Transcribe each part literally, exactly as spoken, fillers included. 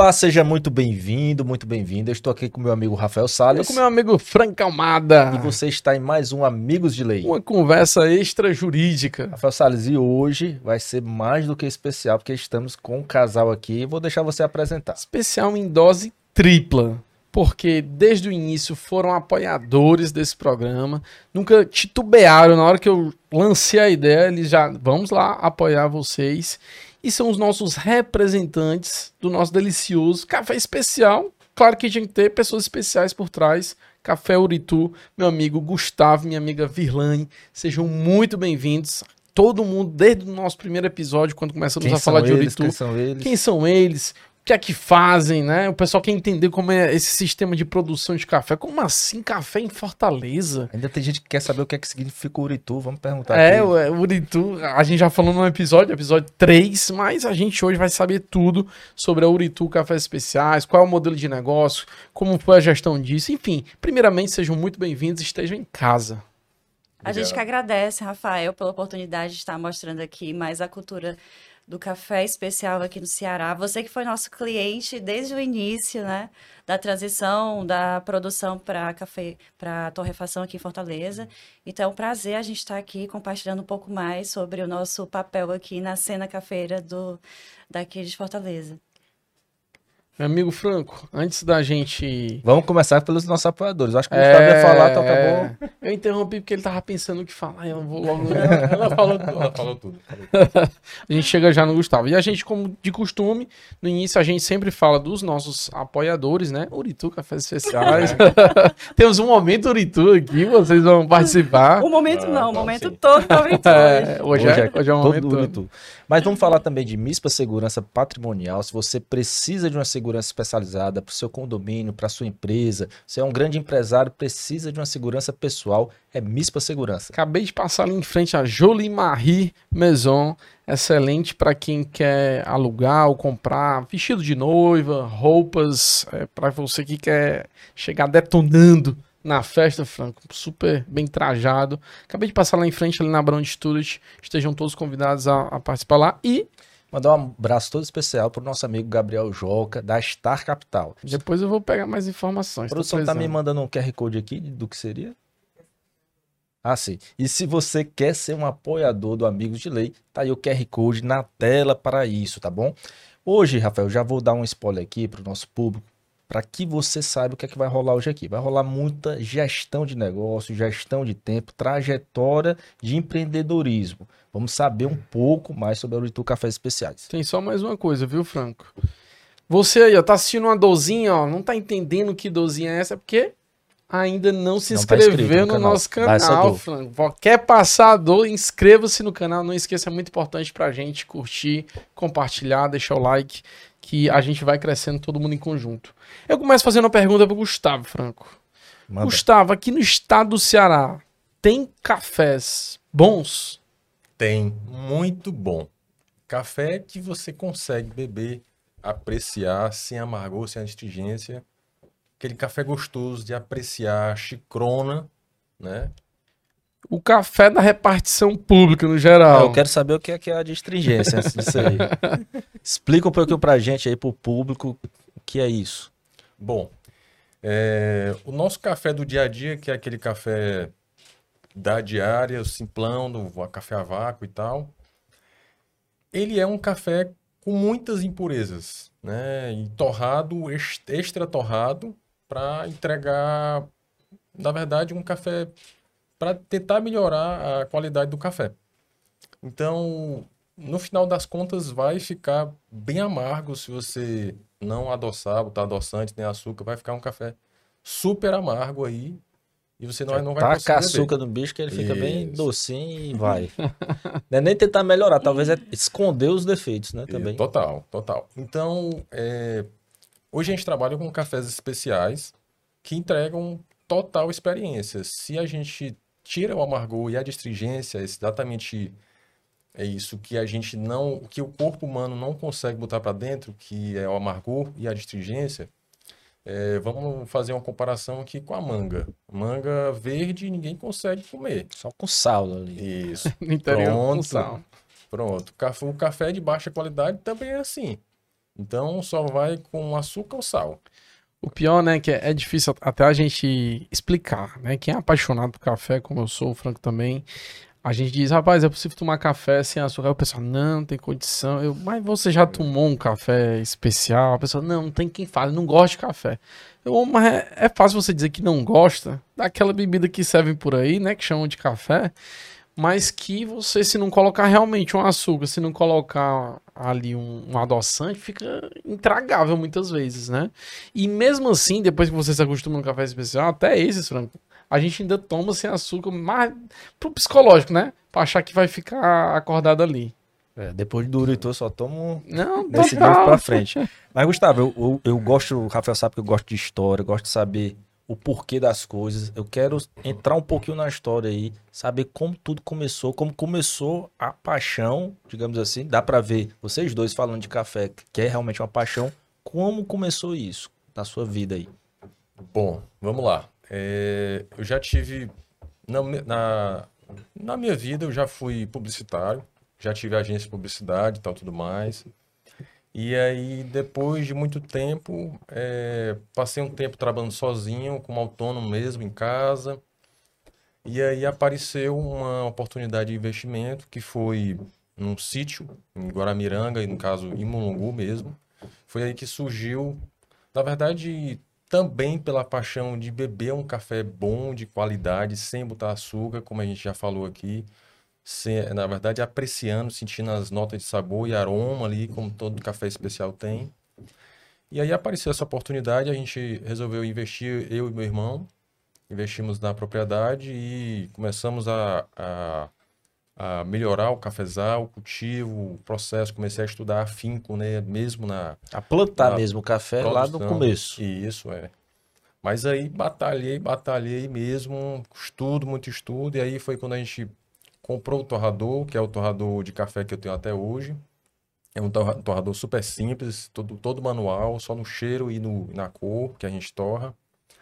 Olá, seja muito bem-vindo, muito bem-vindo. Eu estou aqui com meu amigo Rafael Salles. Eu com meu amigo Franco Almada. E você está em mais um Amigos de Lei. Uma conversa extrajurídica. Rafael Salles, e hoje vai ser mais do que especial, porque estamos com um casal aqui. Vou deixar você apresentar. Especial em dose tripla, porque desde o início foram apoiadores desse programa. Nunca titubearam na hora que eu lancei a ideia, eles já, vamos lá apoiar vocês. E são os nossos representantes do nosso delicioso café especial. Claro que tinha que ter pessoas especiais por trás. Café Uritu, meu amigo Gustavo, minha amiga Virlane. Sejam muito bem-vindos. Todo mundo, desde o nosso primeiro episódio, quando começamos Quem a falar de eles, Uritu. Quem são eles? Quem são eles? O que é que fazem, né? O pessoal quer entender como é esse sistema de produção de café. Como assim café em Fortaleza? Ainda tem gente que quer saber o que é que significa Uritu. Vamos perguntar É, aqui. o Uritu, a gente já falou no episódio, episódio três, mas a gente hoje vai saber tudo sobre a Uritu Cafés Especiais, qual é o modelo de negócio, como foi a gestão disso, enfim. Primeiramente, sejam muito bem-vindos e estejam em casa. A Obrigado. Gente que agradece, Rafael, pela oportunidade de estar mostrando aqui mais a cultura do café especial aqui no Ceará. Você que foi nosso cliente desde o início, né, da transição da produção para café, para torrefação aqui em Fortaleza. Então, é um prazer a gente estar aqui compartilhando um pouco mais sobre o nosso papel aqui na cena cafeira do, daqui de Fortaleza. Meu amigo Franco, antes da gente... Vamos começar pelos nossos apoiadores. Acho que o Gustavo ia falar, então acabou. Eu interrompi porque ele tava pensando o que falar. Eu vou logo... Ela falou tudo. Ela falou tudo. Falou tudo. A gente chega já no Gustavo. E a gente, como de costume, no início a gente sempre fala dos nossos apoiadores, né? Uritu Cafés Especiais. Temos um momento Uritu aqui, vocês vão participar. O momento Ah, não, o não, momento sim. todo do Uritu. É, hoje, Hoje é, é hoje é um todo momento do todo. Uritu. Mas vamos falar também de MISPA Segurança Patrimonial. Se você precisa de uma segurança especializada para o seu condomínio, para a sua empresa, você é um grande empresário, precisa de uma segurança pessoal, é MISPA Segurança. Acabei de passar ali em frente a Jolie Marie Maison, excelente para quem quer alugar ou comprar vestido de noiva, roupas, é, para você que quer chegar detonando na festa, Franco, super bem trajado. Acabei de passar lá em frente, ali na Brown Studios. Estejam todos convidados a, a participar lá. E mandar um abraço todo especial para o nosso amigo Gabriel Joca, da Star Capital. depois eu vou pegar mais informações. A produção está me mandando um Q R Code aqui do que seria? Ah, sim. E se você quer ser um apoiador do Amigos de Lei, tá aí o Q R Code na tela para isso, tá bom? Hoje, Rafael, já vou dar um spoiler aqui para o nosso público, para que você saiba o que é que vai rolar hoje aqui. Vai rolar muita gestão de negócio, gestão de tempo, trajetória de empreendedorismo. Vamos saber um pouco mais sobre a Uritu Cafés Especiais. Tem só mais uma coisa, viu, Franco? Você aí, ó, tá assistindo uma dozinha, ó, não tá entendendo que dozinha é essa, porque ainda não se Não tá inscreveu inscrito no no canal. nosso Dá essa canal, dor. Franco. Quer passar a dor, inscreva-se no canal, não esqueça, é muito importante pra gente curtir, compartilhar, deixar o like, que a gente vai crescendo todo mundo em conjunto. Eu começo fazendo uma pergunta pro Gustavo, Franco. Manda. Gustavo, aqui no estado do Ceará, tem cafés bons? Tem muito bom. Café que você consegue beber, apreciar, sem amargor, sem astringência. Aquele café gostoso de apreciar, chicrona, né? O café da repartição pública, no Ah, geral. eu quero saber o que é, que é a astringência antes disso aí. Explica um pouquinho pra gente aí, pro público, o que é isso. Bom, é, o nosso café do dia a dia, que é aquele café da diária, o simplão, do café a vácuo e tal, ele é um café com muitas impurezas, né? E torrado, extra torrado, para entregar, na verdade, um café para tentar melhorar a qualidade do café. Então, no final das contas, vai ficar bem amargo se você não adoçar, botar adoçante, nem açúcar, vai ficar um café super amargo aí e você não, não vai Taca conseguir beber. açúcar no bicho que ele fica bem Isso. docinho e vai. Não é nem tentar melhorar, talvez é esconder os defeitos, né, também. Total, total. Então, é, hoje a gente trabalha com cafés especiais que entregam total experiência. Se a gente tira o amargor e a astringência, exatamente é isso que a gente não, que o corpo humano não consegue botar para dentro, que é o amargor e a astringência. É, vamos fazer uma comparação aqui com a manga. Manga verde ninguém consegue comer. Só com sal ali. Isso. No interior, com Pronto. sal. Pronto. O café de baixa qualidade também é assim. Então só vai com açúcar ou sal. O pior, né, que é, é difícil até a gente explicar, né? Quem é apaixonado por café, como eu sou, o Franco também, a gente diz, rapaz, é possível tomar café sem açúcar? Aí o pessoal, não, não tem condição. Eu, mas você já tomou um café especial? A pessoa, não, não tem quem fale, não gosta de café. Eu, mas é, é fácil você dizer que não gosta daquela bebida que servem por aí, né, que chamam de café, mas que você, se não colocar realmente um açúcar, se não colocar ali um, um adoçante, fica intragável muitas vezes, né? E mesmo assim, depois que você se acostuma no café especial, até esses, Franco, a gente ainda toma sem açúcar, mas pro psicológico, né? Pra achar que vai ficar acordado ali. É, depois de Doritos, só tomo Não, desse total. nível pra frente. Mas, Gustavo, eu, eu, eu gosto, o Rafael sabe que eu gosto de história, eu gosto de saber o porquê das coisas. Eu quero entrar um pouquinho na história aí, saber como tudo começou, como começou a paixão, digamos assim. Dá pra ver vocês dois falando de café, que é realmente uma paixão. Como começou isso na sua vida aí? Bom, vamos lá. É, eu já tive. Na, na, na minha vida, eu já fui publicitário, já tive agência de publicidade e tal, tudo mais. E aí, depois de muito tempo, é, passei um tempo trabalhando sozinho, como autônomo mesmo, em casa. E aí apareceu uma oportunidade de investimento que foi num sítio, em Guaramiranga, e no caso em Mulungu mesmo. Foi aí que surgiu, na verdade, também pela paixão de beber um café bom, de qualidade, sem botar açúcar, como a gente já falou aqui. Sem- na verdade, apreciando, sentindo as notas de sabor e aroma ali, como todo café especial tem. E aí apareceu essa oportunidade, a gente resolveu investir, eu e meu irmão, investimos na propriedade e começamos a, a, a melhorar o cafezal, o cultivo, o processo. Comecei a estudar afinco, né, mesmo na, A plantar na mesmo o café lá no produção. começo. E isso é. Mas aí batalhei, batalhei mesmo, estudo, muito estudo, e aí foi quando a gente comprou o torrador, que é o torrador de café que eu tenho até hoje. É um torra- torrador super simples, todo, todo manual, só no cheiro e no, na cor que a gente torra.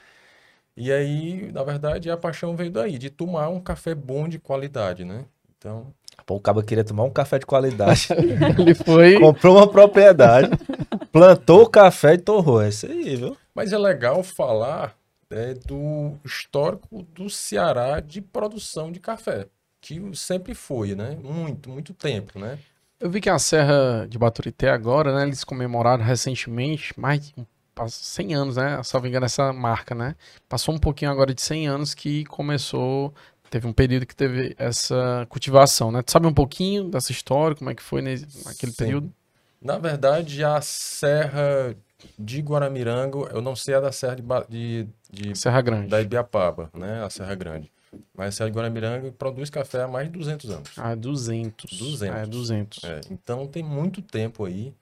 E aí, na verdade, a paixão veio daí, de tomar um café bom de qualidade, né? Então, Pô, o cara queria tomar um café de qualidade. Ele foi. Comprou uma propriedade, plantou o café e torrou. É isso aí, viu? mas é legal falar é, do histórico do Ceará de produção de café, que sempre foi, né? Muito, muito tempo, né? Eu vi que a Serra de Baturité agora, né? Eles comemoraram recentemente mais de um- pass- cem anos, né? Se não me engano, essa marca, né? Passou um pouquinho agora de cem anos que começou. Teve um período que teve essa cultivação, né? Tu sabe um pouquinho dessa história, como é que foi nesse- naquele Sim. período? Na verdade, a Serra de Guaramiranga, eu não sei a da Serra de, Ba- de, de- Serra Grande. da Ibiapaba, né? A Serra Grande. Mas a Serra de Guaramiranga produz café há mais de duzentos anos. Ah, duzentos. duzentos. É, duzentos. É, então tem muito tempo aí.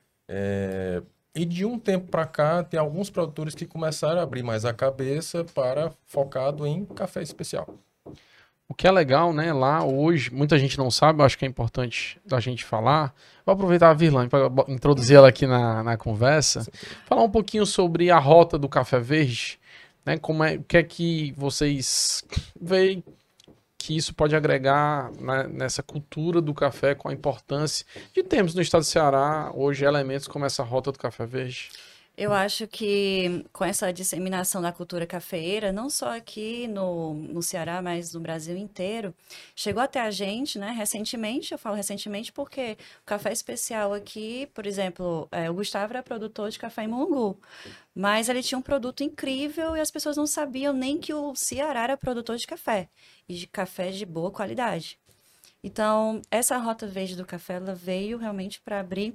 É, e de um tempo para cá, tem alguns produtores que começaram a abrir mais a cabeça para focado em café especial. O que é legal, né? Lá hoje, muita gente não sabe, eu acho que é importante da gente falar. Vou aproveitar a Virlane para introduzir ela aqui na, na conversa. Falar um pouquinho sobre a rota do café verde, né? Como é, o que é que vocês veem que isso pode agregar, né, nessa cultura do café, com a importância de termos no estado do Ceará hoje elementos como essa rota do café verde. Eu acho que com essa disseminação da cultura cafeeira, não só aqui no, no Ceará, mas no Brasil inteiro, chegou até a gente, né, recentemente, eu falo recentemente porque o café especial aqui, por exemplo, é, o Gustavo era produtor de café em Mulungu, mas ele tinha um produto incrível e as pessoas não sabiam nem que o Ceará era produtor de café, e de café de boa qualidade. Então, essa rota verde do café, ela veio realmente para abrir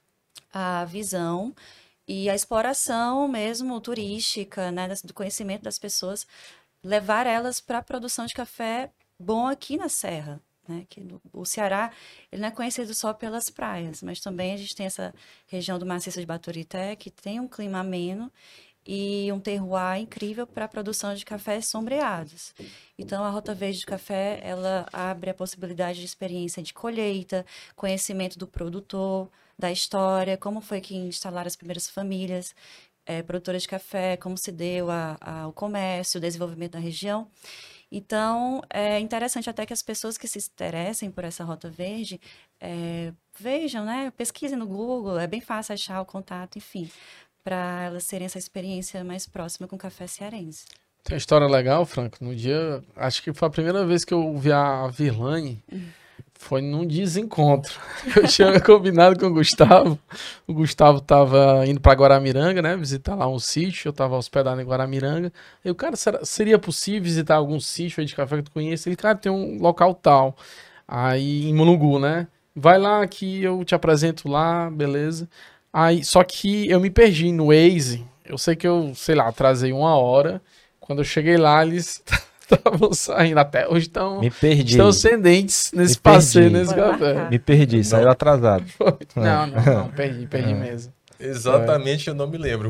a visão e a exploração mesmo turística, né, das- do conhecimento das pessoas, levar elas para a produção de café bom aqui na Serra, né? Que no- o Ceará, ele não é conhecido só pelas praias, mas também a gente tem essa região do maciço de Baturité, que tem um clima ameno e um terroir incrível para a produção de cafés sombreados. Então, a Rota Verde do Café, ela abre a possibilidade de experiência de colheita, conhecimento do produtor, da história, como foi que instalaram as primeiras famílias eh, produtoras de café, como se deu a- a- o comércio, o desenvolvimento da região. Então, é interessante até que as pessoas que se interessem por essa Rota Verde é, vejam, né? Pesquisem no Google, é bem fácil achar o contato, enfim, para elas terem essa experiência mais próxima com o café cearense. Tem uma história legal, Franco. No dia, acho que foi a primeira vez que eu vi a Virlane, foi num desencontro. Eu tinha combinado com o Gustavo. O Gustavo tava indo para Guaramiranga, né? Visitar lá um sítio. Eu tava hospedado em Guaramiranga. Eu, cara, será, seria possível visitar algum sítio aí de café que tu conhece? Ele, cara, tem um local tal. Aí, em Mulungu, né? Vai lá que eu te apresento lá, beleza. Aí, só que eu me perdi no Waze. Eu sei que eu, sei lá, atrasei uma hora. Quando eu cheguei lá, eles estavam saindo. Até hoje estão Me perdi. estão ascendentes nesse Me passeio, perdi. nesse Foi café. marcado. Me perdi, saiu atrasado. Não, não, não, perdi, perdi mesmo. Exatamente, eu não me lembro.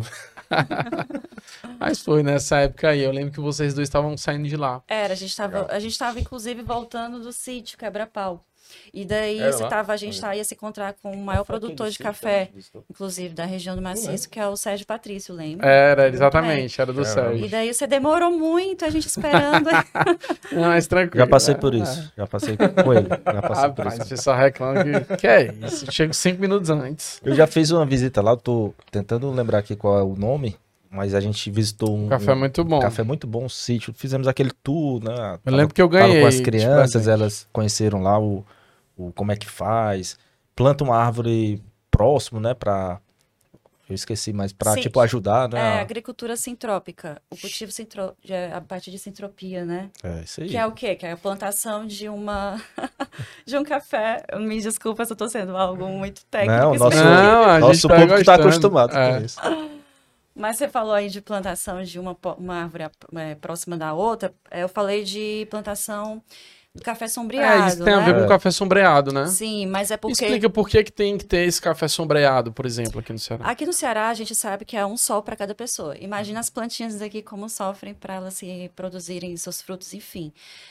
Mas foi nessa época aí. Eu lembro que vocês dois estavam saindo de lá. Era, a gente estava, Legal. a gente estava inclusive voltando do sítio Quebra-Pau. E daí Era você lá? tava, a gente tá, ia se encontrar com o maior produtor de café, inclusive da região do Maciço, que é o Sérgio Patrício, lembra? Era, exatamente, era do Era. E Sérgio. daí você demorou muito, a gente esperando. Não, mas tranquilo. Já passei né? por isso. Já passei com ele. Já passei por Rapaz, isso. você só reclama que... Que é isso? Chego cinco minutos antes. Eu já fiz uma visita lá, eu tô tentando lembrar aqui qual é o nome, mas a gente visitou um, O café é um muito bom. café muito bom, um sítio. Fizemos aquele tour, né? Eu lembro que eu Tava ganhei. com as de crianças, presente. elas conheceram lá o, o como é que faz. Planta uma árvore próximo, né, pra... Eu esqueci, mas pra, Sim. tipo, ajudar, né? É, a- agricultura sintrópica. O cultivo sintro... é a parte de sintropia, né? É, isso aí. Que é o quê? Que é a plantação de uma... de um café. Me desculpa se eu tô sendo algo muito técnico. Não, nosso, explicativa. Não, a nosso gente tá público tá gostando. acostumado É. com isso. Mas você falou aí de plantação de uma, po- uma árvore é, próxima da outra. É, eu falei de plantação do café sombreado, É, isso tem a né? ver com café sombreado, né? Sim, mas é porque... Explica por que, que tem que ter esse café sombreado, por exemplo, aqui no Ceará. Aqui no Ceará, a gente sabe que é um sol para cada pessoa. Imagina as plantinhas aqui como sofrem para elas se produzirem seus frutos, enfim.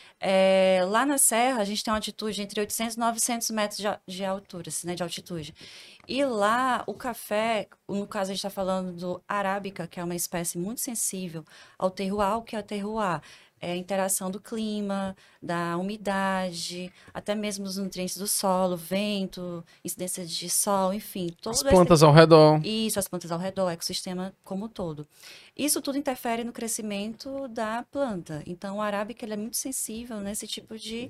É, lá na Serra, a gente tem uma altitude entre oitocentos e novecentos metros de, a- de altura, assim, né, de altitude. E lá, o café, no caso a gente está falando do arábica, que é uma espécie muito sensível ao terroir, o que é o terroir? É a interação do clima, da umidade, até mesmo os nutrientes do solo, vento, incidência de sol, enfim. Todo As esse- plantas ao redor. isso, as plantas ao redor, o ecossistema como um todo. Isso tudo interfere no crescimento da planta. Então, o arábica ele é muito sensível nesse tipo de,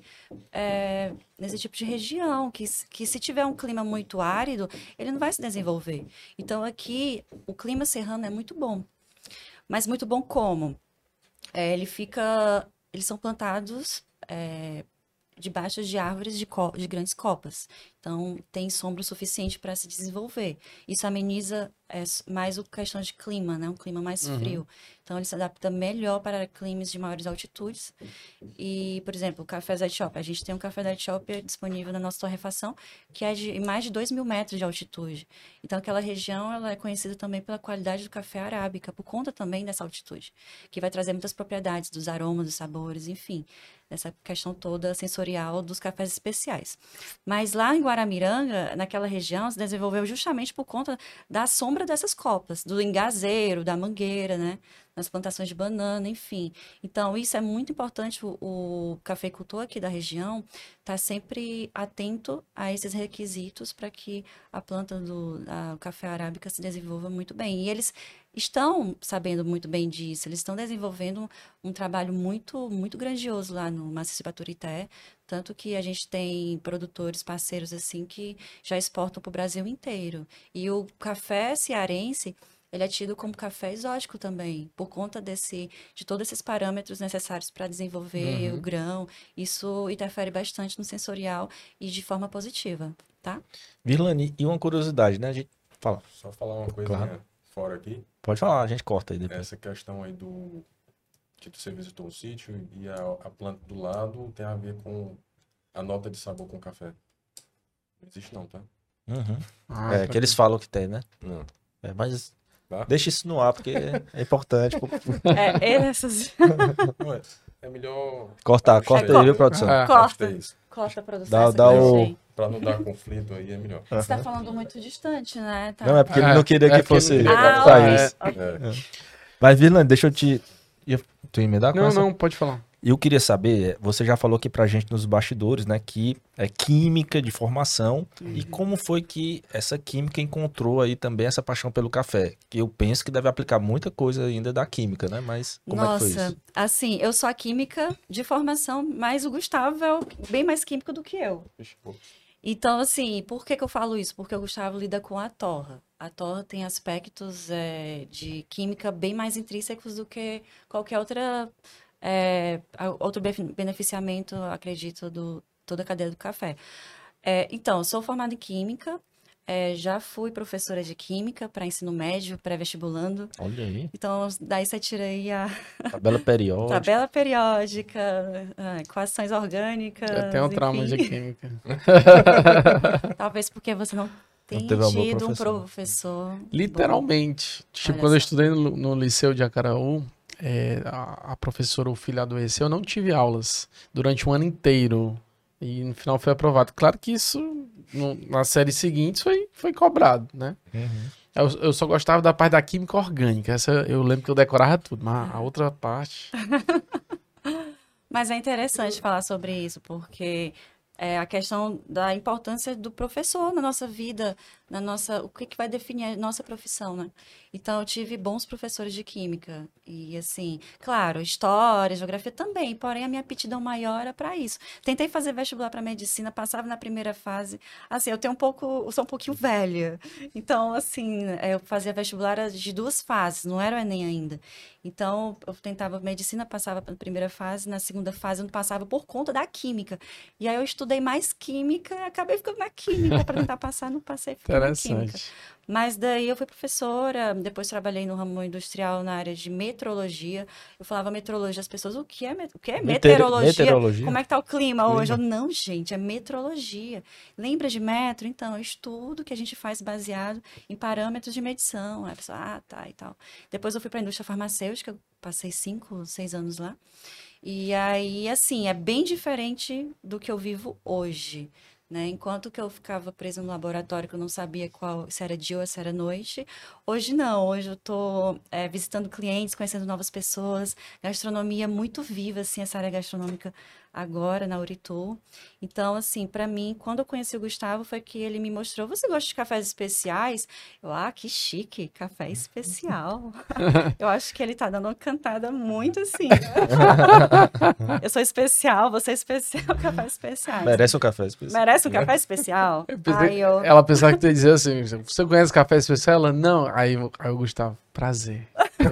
é, nesse tipo de região, que, s- que se tiver um clima muito árido, ele não vai se desenvolver. Então, aqui, o clima serrano é muito bom. Mas muito bom como? É, ele fica... Eles são plantados... é, debaixo de árvores de, co- de grandes copas. Então, tem sombra o suficiente para se desenvolver. Isso ameniza é, s- mais a questão de clima, né? Um clima mais Uhum. frio. Então, ele se adapta melhor para climas de maiores altitudes. E, por exemplo, o café da Etiópia. A gente tem um café da Etiópia disponível na nossa torrefação, que é de mais de dois mil metros de altitude. Então, aquela região ela é conhecida também pela qualidade do café arábica, por conta também dessa altitude, que vai trazer muitas propriedades dos aromas, dos sabores, enfim, essa questão toda sensorial dos cafés especiais. Mas lá em Guaramiranga, naquela região, se desenvolveu justamente por conta da sombra dessas copas, do engazeiro, da mangueira, né? Nas plantações de banana, enfim. Então, isso é muito importante. O, o cafeicultor aqui da região está sempre atento a esses requisitos para que a planta do a, o café arábica se desenvolva muito bem. E eles estão sabendo muito bem disso. Eles estão desenvolvendo um trabalho muito, muito grandioso lá no Maciço Baturité. Tanto que a gente tem produtores, parceiros assim, que já exportam para o Brasil inteiro. E o café cearense, ele é tido como café exótico também, por conta desse, de todos esses parâmetros necessários para desenvolver Uhum. o grão. Isso interfere bastante no sensorial e de forma positiva, tá? Virlane, e uma curiosidade, né? A gente fala. Só falar uma coisinha Claro. fora aqui. Pode falar, a gente corta aí depois. Essa questão aí do que você visitou o sítio e a, a planta do lado tem a ver com a nota de sabor com café. Não existe não, tá? Uhum. Ah, É, que eles falam que tem, né? Não. É, mas Tá? deixa isso no ar, porque é importante. pô. É, essas... Ué, é melhor Cortar, Acho corta que- aí, viu, produção? É. Corta, é isso. corta a produção. Dá- essa dá coisa, o- gente. Pra não dar conflito aí é melhor. Você tá falando muito distante, né? Tá. Não, é porque ele É, não queria é que porque fosse ele não queria saísse. Ok. É. Mas, Virlane, deixa eu te... ia- Tu ia emendar com Não, essa? não, pode falar. Eu queria saber, você já falou aqui pra gente nos bastidores, né, que é química de formação, Uhum. e como foi que essa química encontrou aí também essa paixão pelo café? Que eu penso que deve aplicar muita coisa ainda da química, né, mas como é que foi Nossa, isso? assim, eu sou a química de formação, mas o Gustavo é o- bem mais químico do que eu. Então, assim, por que que eu falo isso? Porque o Gustavo lida com a torra. A torra tem aspectos é, de química bem mais intrínsecos do que qualquer outra, é, a- outro bef- beneficiamento, acredito, do toda a cadeia do café. É, então, eu sou formada em química, é, já fui professora de química para ensino médio, pré-vestibulando. Olha aí, Então, daí você tira aí a tabela periódica. tabela periódica, ah, equações orgânicas, Eu tenho um trauma de enfim. química. Talvez porque você não tenha teve uma boa tido um professora. professor bom. Literalmente. Tipo, Olha quando eu só. estudei no, no Liceu de Acaraú, é, a, a professora, o filho adoeceu, eu não tive aulas durante um ano inteiro. E no final foi aprovado. Claro que isso, no- nas séries seguintes, foi, foi cobrado, né? Uhum. Eu, eu só gostava da parte da química orgânica. Essa eu lembro que eu decorava tudo, mas a outra parte. Mas é interessante falar sobre isso, porque é a questão da importância do professor na nossa vida, na nossa, o que que vai definir a nossa profissão, né? Então, eu tive bons professores de química. E, assim, claro, história, geografia também, porém a minha aptidão maior era para isso. Tentei fazer vestibular para medicina, passava na primeira fase. Assim, eu tenho um pouco, eu sou um pouquinho velha. Então, assim, eu fazia vestibular de duas fases, não era o Enem ainda. Então, eu tentava medicina, passava na primeira fase, na segunda fase eu não passava por conta da química. E aí eu estudei mais química, acabei ficando na química para tentar passar, não passei, fiquei na química. Interessante. Mas daí eu fui professora, depois trabalhei no ramo industrial na área de metrologia. Eu falava metrologia, as pessoas, o que é, met- o que é Meteor- meteorologia? meteorologia? Como é que tá o clima hoje? Eu, Clima. não, gente, é metrologia. Lembra de metro? Então, é estudo que a gente faz baseado em parâmetros de medição. Aí a pessoa, ah, tá, e tal. Depois eu fui para a indústria farmacêutica, passei cinco, seis anos lá. E aí, assim, é bem diferente do que eu vivo hoje, né? Enquanto que eu ficava presa no laboratório, que eu não sabia qual, se era dia ou se era noite, hoje não. Hoje eu tô é, visitando clientes, conhecendo novas pessoas, gastronomia muito viva, assim, essa área gastronômica agora na Uritu. Então, assim, para mim, quando eu conheci o Gustavo, foi que ele me mostrou, você gosta de cafés especiais? Eu, ah, que chique, café especial. Eu acho que ele tá dando uma cantada muito assim, né? Eu sou especial, você é especial, café especiais. Merece um café especial. Merece um café especial? Eu pensei- Aí eu, Ela pensava que tu ia dizer assim: você conhece café especial? Ela, não. Aí, eu- aí o Gustavo, prazer.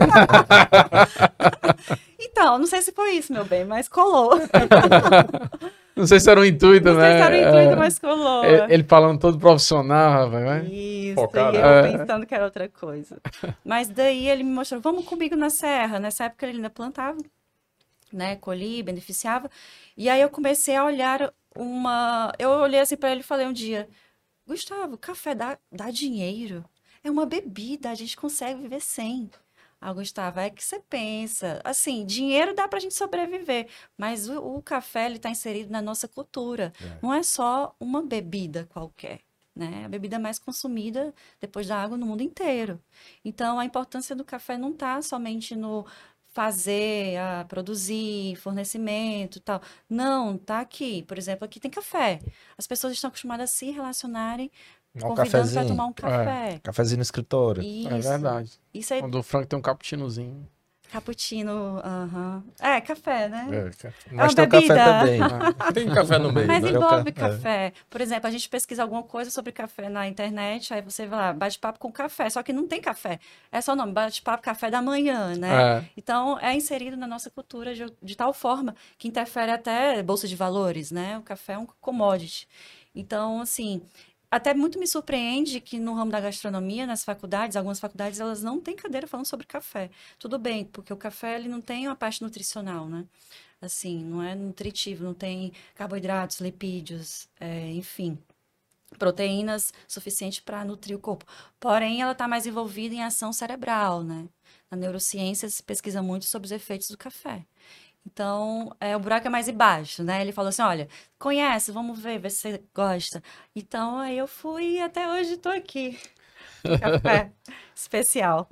então, não sei se foi isso, meu bem, mas colou. Não sei se era um intuito, Não sei né? se era o intuito, É, mas colou. ele, ele falando todo profissional, rapaz. Vai. Isso, Focado. e eu É. pensando que era outra coisa. Mas daí ele me mostrou, vamos comigo na serra. Nessa época ele ainda plantava, né? Colhi, beneficiava. E aí eu comecei a olhar uma... Eu olhei assim para ele e falei um dia, Gustavo, café dá, dá dinheiro? É uma bebida, a gente consegue viver sem. Ah, Gustavo, é que você pensa. Assim, dinheiro dá pra gente sobreviver, mas o, o café, ele tá inserido na nossa cultura. Não é só uma bebida qualquer, né? É a bebida mais consumida depois da água no mundo inteiro. Então, a importância do café não tá somente no fazer, ah, produzir, fornecimento e tal. Não, tá aqui. Por exemplo, aqui tem café. As pessoas estão acostumadas a se relacionarem Um convidando para cafezinho. tomar um café. Cafezinho no escritório. Isso. É verdade. Isso é Quando o Frank tem um cappuccinozinho. cappuccino, aham. É, café, né? Mas uma tem o café bebida. também. Tem café no meio, Mas né? envolve É o ca- café. Por exemplo, a gente pesquisa alguma coisa sobre café na internet, aí você vai lá, bate-papo com café, só que não tem café. É só o nome, bate-papo café da manhã, né? É. Então, é inserido na nossa cultura de, de tal forma que interfere até bolsa de valores, né? O café é um commodity. Então, assim, até muito me surpreende que no ramo da gastronomia, nas faculdades, algumas faculdades, elas não têm cadeira falando sobre café. Tudo bem, porque o café, ele não tem uma parte nutricional, né? Assim, não é nutritivo, não tem carboidratos, lipídios, é, enfim, proteínas suficientes para nutrir o corpo. Porém, ela está mais envolvida em ação cerebral, né? Na neurociência se pesquisa muito sobre os efeitos do café. Então, é, o buraco é mais embaixo, né? Ele falou assim, olha, conhece, vamos ver, ver se você gosta. Então, aí eu fui e até hoje estou aqui. Café especial.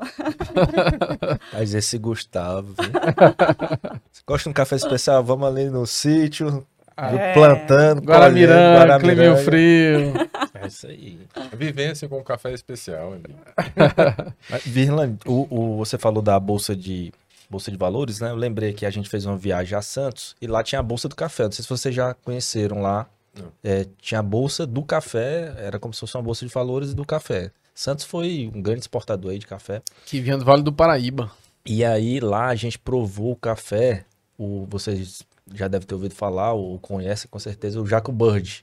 Mas esse Gustavo, viu? Você gosta de um café especial? Vamos ali no sítio, É. plantando, Guaramiranga, colhendo, climinho Guaramiranga. frio. É isso aí. Vivência com café especial. amigo. Mas, Virlan, o, o- você falou da bolsa de, bolsa de valores, né? Eu lembrei que a gente fez uma viagem a Santos e lá tinha a bolsa do café. Não sei se vocês já conheceram lá. Não. É, tinha a bolsa do café, era como se fosse uma bolsa de valores do café. Santos foi um grande exportador aí de café. Que vinha do Vale do Paraíba. E aí lá a gente provou o café, o, vocês já devem ter ouvido falar, ou conhecem com certeza, o Jaco Bird.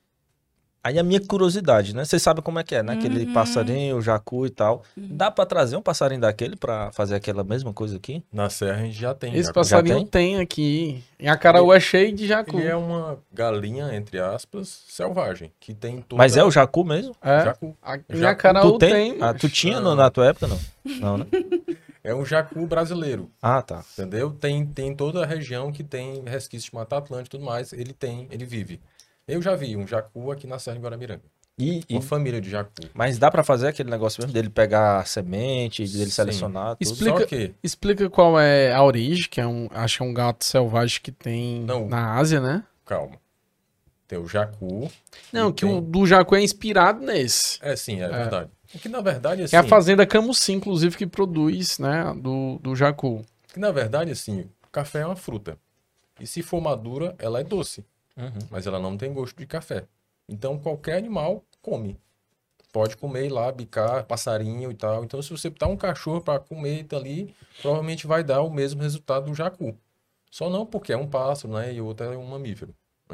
Aí a minha curiosidade, né? Vocês sabem como é que é, né? Aquele Uhum. passarinho, o jacu e tal. Dá pra trazer um passarinho daquele pra fazer aquela mesma coisa aqui? Na Serra a gente já tem. Esse já. passarinho tem? tem aqui. Em Acaraú é cheio de jacu. Ele é uma galinha, entre aspas, selvagem, que tem toda... Mas é o jacu mesmo? É. jacu. A- Em Jacu. Acaraú tu tem? tem. Ah, tu macho. tinha no- Não. na tua época, não? Não, né? É um jacu brasileiro, Ah, tá. entendeu? Tem, tem toda a região que tem resquício de Mata Atlântica e tudo mais, ele tem, ele vive. Eu já vi um jacu aqui na Serra de Guaramiranga. E, e- Uma família de jacu. mas dá pra fazer aquele negócio mesmo dele pegar a semente, dele Sim. selecionar tudo? Explica- Só que Explica qual é a origem, que é um, acho que é um gato selvagem que tem Não. na Ásia, né? calma. Tem o jacu. Não, e que tem- o do jacu é inspirado nesse. É, sim, é, verdade. O que na verdade, assim... É a fazenda Camusim, inclusive, que produz, né, do, do jacu. que na verdade, assim, o café é uma fruta. E se for madura, ela é doce. Uhum. Mas ela não tem gosto de café. Então, qualquer animal come. Pode comer ir lá, bicar, passarinho e tal. Então, se você botar um cachorro para comer ali, provavelmente vai dar o mesmo resultado do jacu. Só não porque é um pássaro, né? E o outro é um mamífero.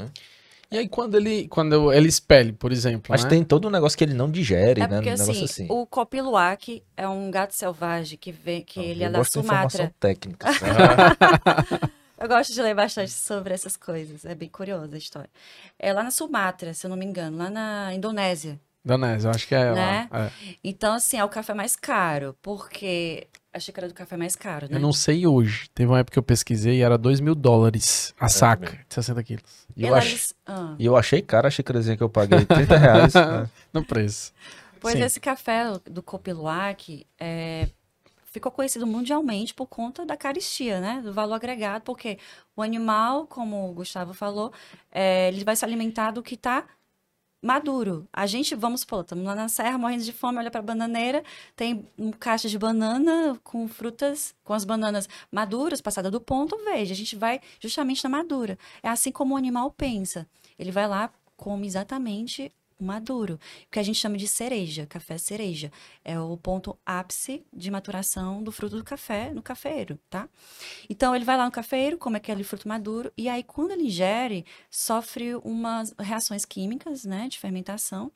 E aí, quando ele, quando ele espelhe, por exemplo, Mas né? tem todo um negócio que ele não digere, É né? porque Um negócio assim, assim. o copiluac é um gato selvagem que vem, que Não, ele eu é da gosto de informação Sumatra. técnica. Eu gosto de ler bastante sobre essas coisas. É bem curiosa a história. É lá na Sumatra, se eu não me engano, lá na Indonésia. Danese, eu acho que é Né? lá. É. Então, assim, é o café mais caro, porque a xícara do café é mais caro, né? Eu não sei hoje. Teve uma época que eu pesquisei e era dois mil dólares a saca também. de sessenta quilos. E eu, Ela ach... diz- ah. e eu achei cara a xícarazinha que eu paguei, trinta reais. Né? No preço. Pois Sim. esse café do Copiluac é, ficou conhecido mundialmente por conta da caristia, né? Do valor agregado, porque o animal, como o Gustavo falou, é, ele vai se alimentar do que está maduro. A gente, vamos supor, estamos lá na serra, morrendo de fome, olha para a bananeira, tem um caixa de banana com frutas, com as bananas maduras, passada do ponto, veja, a gente vai justamente na madura. É assim como o animal pensa. Ele vai lá, come exatamente o maduro, que a gente chama de cereja, café cereja. É o ponto ápice de maturação do fruto do café no cafeeiro, tá? Então, ele vai lá no cafeeiro, come aquele fruto maduro, e aí, quando ele ingere, sofre umas reações químicas, né, de fermentação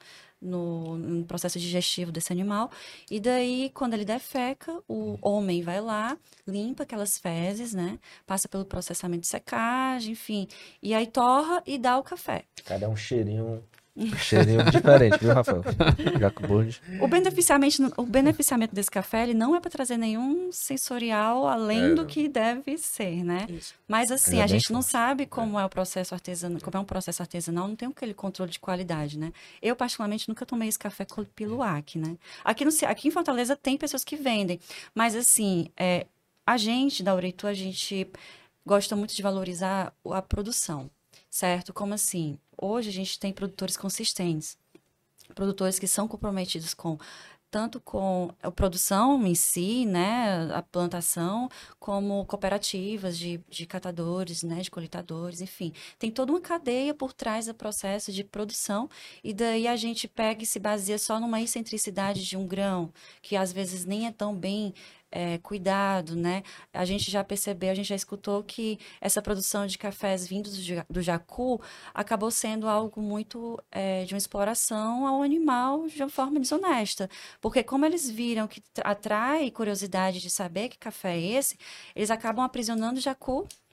no, no processo digestivo desse animal. E daí, quando ele defeca, o homem vai lá, limpa aquelas fezes, né, passa pelo processamento de secagem, enfim, e aí torra e dá o café. Cara, é um cheirinho, um cheirinho diferente, viu, Rafael? Jaco Bird. O beneficiamento, o beneficiamento desse café, ele não é para trazer nenhum sensorial além É. do que deve ser, né? Isso. Mas assim, Ele é a bem gente não sabe como é o processo artesanal, como é um processo artesanal, não tem aquele controle de qualidade, né? Eu, particularmente, nunca tomei esse café Copiluac, né? Aqui, no, Ce- aqui em Fortaleza tem pessoas que vendem, mas assim, é, a gente da Ureitu, a gente gosta muito de valorizar o- a produção, certo? Como assim? Hoje a gente tem produtores consistentes, produtores que são comprometidos com tanto com a produção em si, né, a plantação, como cooperativas de, de catadores, né, de coletadores, enfim. Tem toda uma cadeia por trás do processo de produção, e daí a gente pega e se baseia só numa excentricidade de um grão, que às vezes nem é tão bem é, cuidado, né? A gente já percebeu, a gente já escutou que essa produção de cafés vindos do, ja- do jacu acabou sendo algo muito é, de uma exploração ao animal de uma forma desonesta. Porque como eles viram que tra- atrai curiosidade de saber que café é esse, eles acabam aprisionando o jacu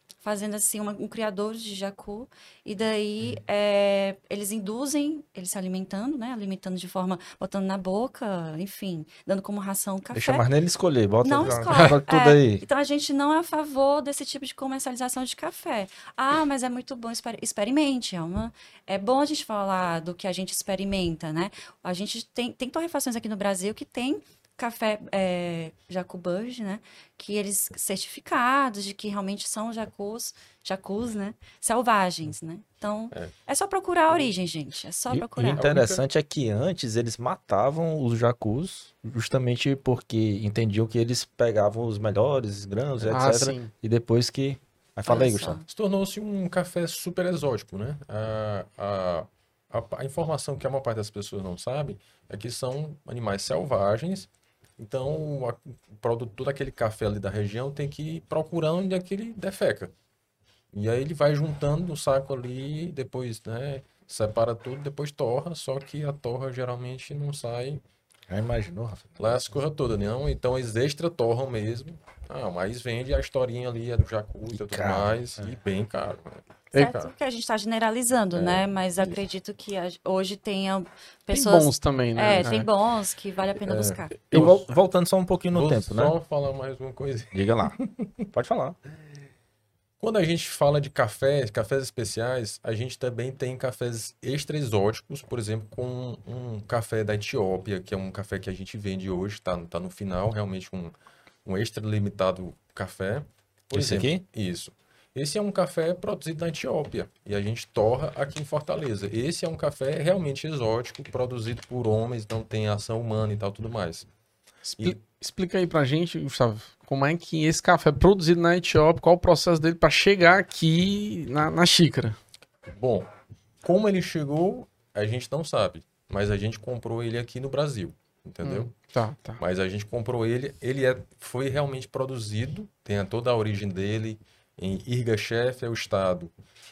fazendo assim uma, um criador de jacu, e daí é, eles induzem ele se alimentando, né? Alimentando de forma, botando na boca, enfim, dando como ração café. Deixa mais nele escolher, bota, Não bota escolhe. tudo É, aí. então a gente não é a favor desse tipo de comercialização de café. Ah, mas é muito bom, exper- experimente. É, uma, é bom a gente falar do que a gente experimenta, né? A gente tem, tem torrefações aqui no Brasil que tem café é, Jacubird, né? Que eles certificados de que realmente são jacus, jacus, né? Selvagens, né? Então, É. é só procurar a origem, gente. É só E, e procurar. o interessante é que antes eles matavam os jacus justamente porque entendiam que eles pegavam os melhores grãos, Ah, etcétera. sim. E depois que... Aí fala aí, Olha só. Gustavo. Se tornou-se um café super exótico, né? A, a, a, a informação que a maior parte das pessoas não sabe é que são animais selvagens. Então, a- o produtor daquele café ali da região tem que ir procurando onde aquele defeca. E aí ele vai juntando no saco ali, depois, né, separa tudo, depois torra, só que a torra geralmente não sai Já imaginou, Rafa? lá as coisas todas, não. Então eles extra torram mesmo. Ah, mas vende a historinha ali, é do Jacuzzi e tudo caro, mais, e bem caro, né? Certo Cara. que a gente está generalizando, É, né? Mas isso. acredito que a- hoje tenha Tem pessoas... bons também, né? É, tem bons que vale a pena buscar. E vol- voltando só um pouquinho no Vou tempo, só né? falar mais uma coisa. Diga lá. Pode falar. Quando a gente fala de cafés, cafés especiais, a gente também tem cafés extra exóticos, por exemplo, com um café da Etiópia, que é um café que a gente vende hoje, tá, tá no final, realmente um, um extra limitado café. Por Esse exemplo, aqui? Isso. Esse é um café produzido na Etiópia e a gente torra aqui em Fortaleza. Esse é um café realmente exótico, produzido por homens, não tem ação humana e tal, tudo mais. Expli- Explica aí pra gente, Gustavo, como é que esse café é produzido na Etiópia, qual o processo dele pra chegar aqui na, na xícara? Bom, como ele chegou, a gente não sabe, mas a gente comprou ele aqui no Brasil, entendeu? Hum, tá, tá. Mas a gente comprou ele, ele é, foi realmente produzido, tem a- toda a origem dele em Irgachef, é o estado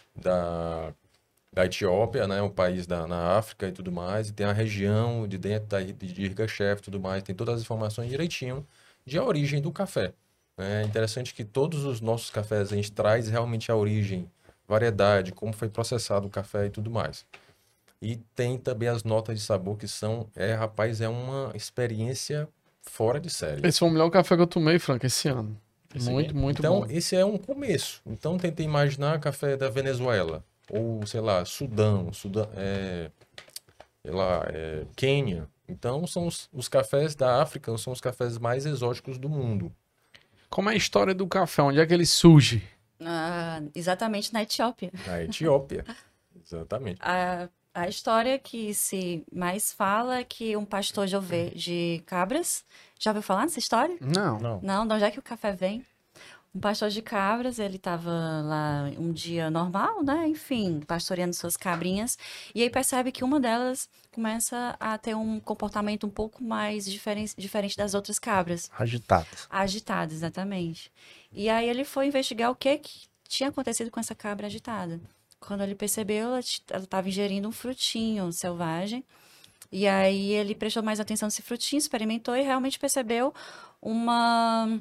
da, da Etiópia, né, um país da, na África e tudo mais, e tem a região de dentro da, de Irgachef e tudo mais, tem todas as informações direitinho de a origem do café. É interessante que todos os nossos cafés a gente traz realmente a origem, variedade, como foi processado o café e tudo mais. E tem também as notas de sabor que são, é, rapaz, é uma experiência fora de série. Esse foi o melhor café que eu tomei, Frank, esse ano. Esse muito, aqui? muito Então, bom. esse é um começo. Então, tentei imaginar café da Venezuela, ou, sei lá, Sudão, Sudão é, sei lá, é, Quênia. Então, são os, os cafés da África, são os cafés mais exóticos do mundo. Como é a história do café? Onde é que ele surge? Ah, exatamente na Etiópia. Na Etiópia. Exatamente. A, a história que se mais fala é que um pastor de, ove... de cabras... Já ouviu falar nessa história? Não. Não. Não, de onde é que o café vem? Um pastor de cabras, ele estava lá um dia normal, né? Enfim, pastoreando suas cabrinhas. E aí percebe que uma delas começa a ter um comportamento um pouco mais diferen... diferente das outras cabras. Agitado. Agitada, exatamente. E aí ele foi investigar o que, que tinha acontecido com essa cabra agitada. Quando ele percebeu, ela estava ingerindo um frutinho selvagem. E aí ele prestou mais atenção nesse frutinho, experimentou e realmente percebeu uma...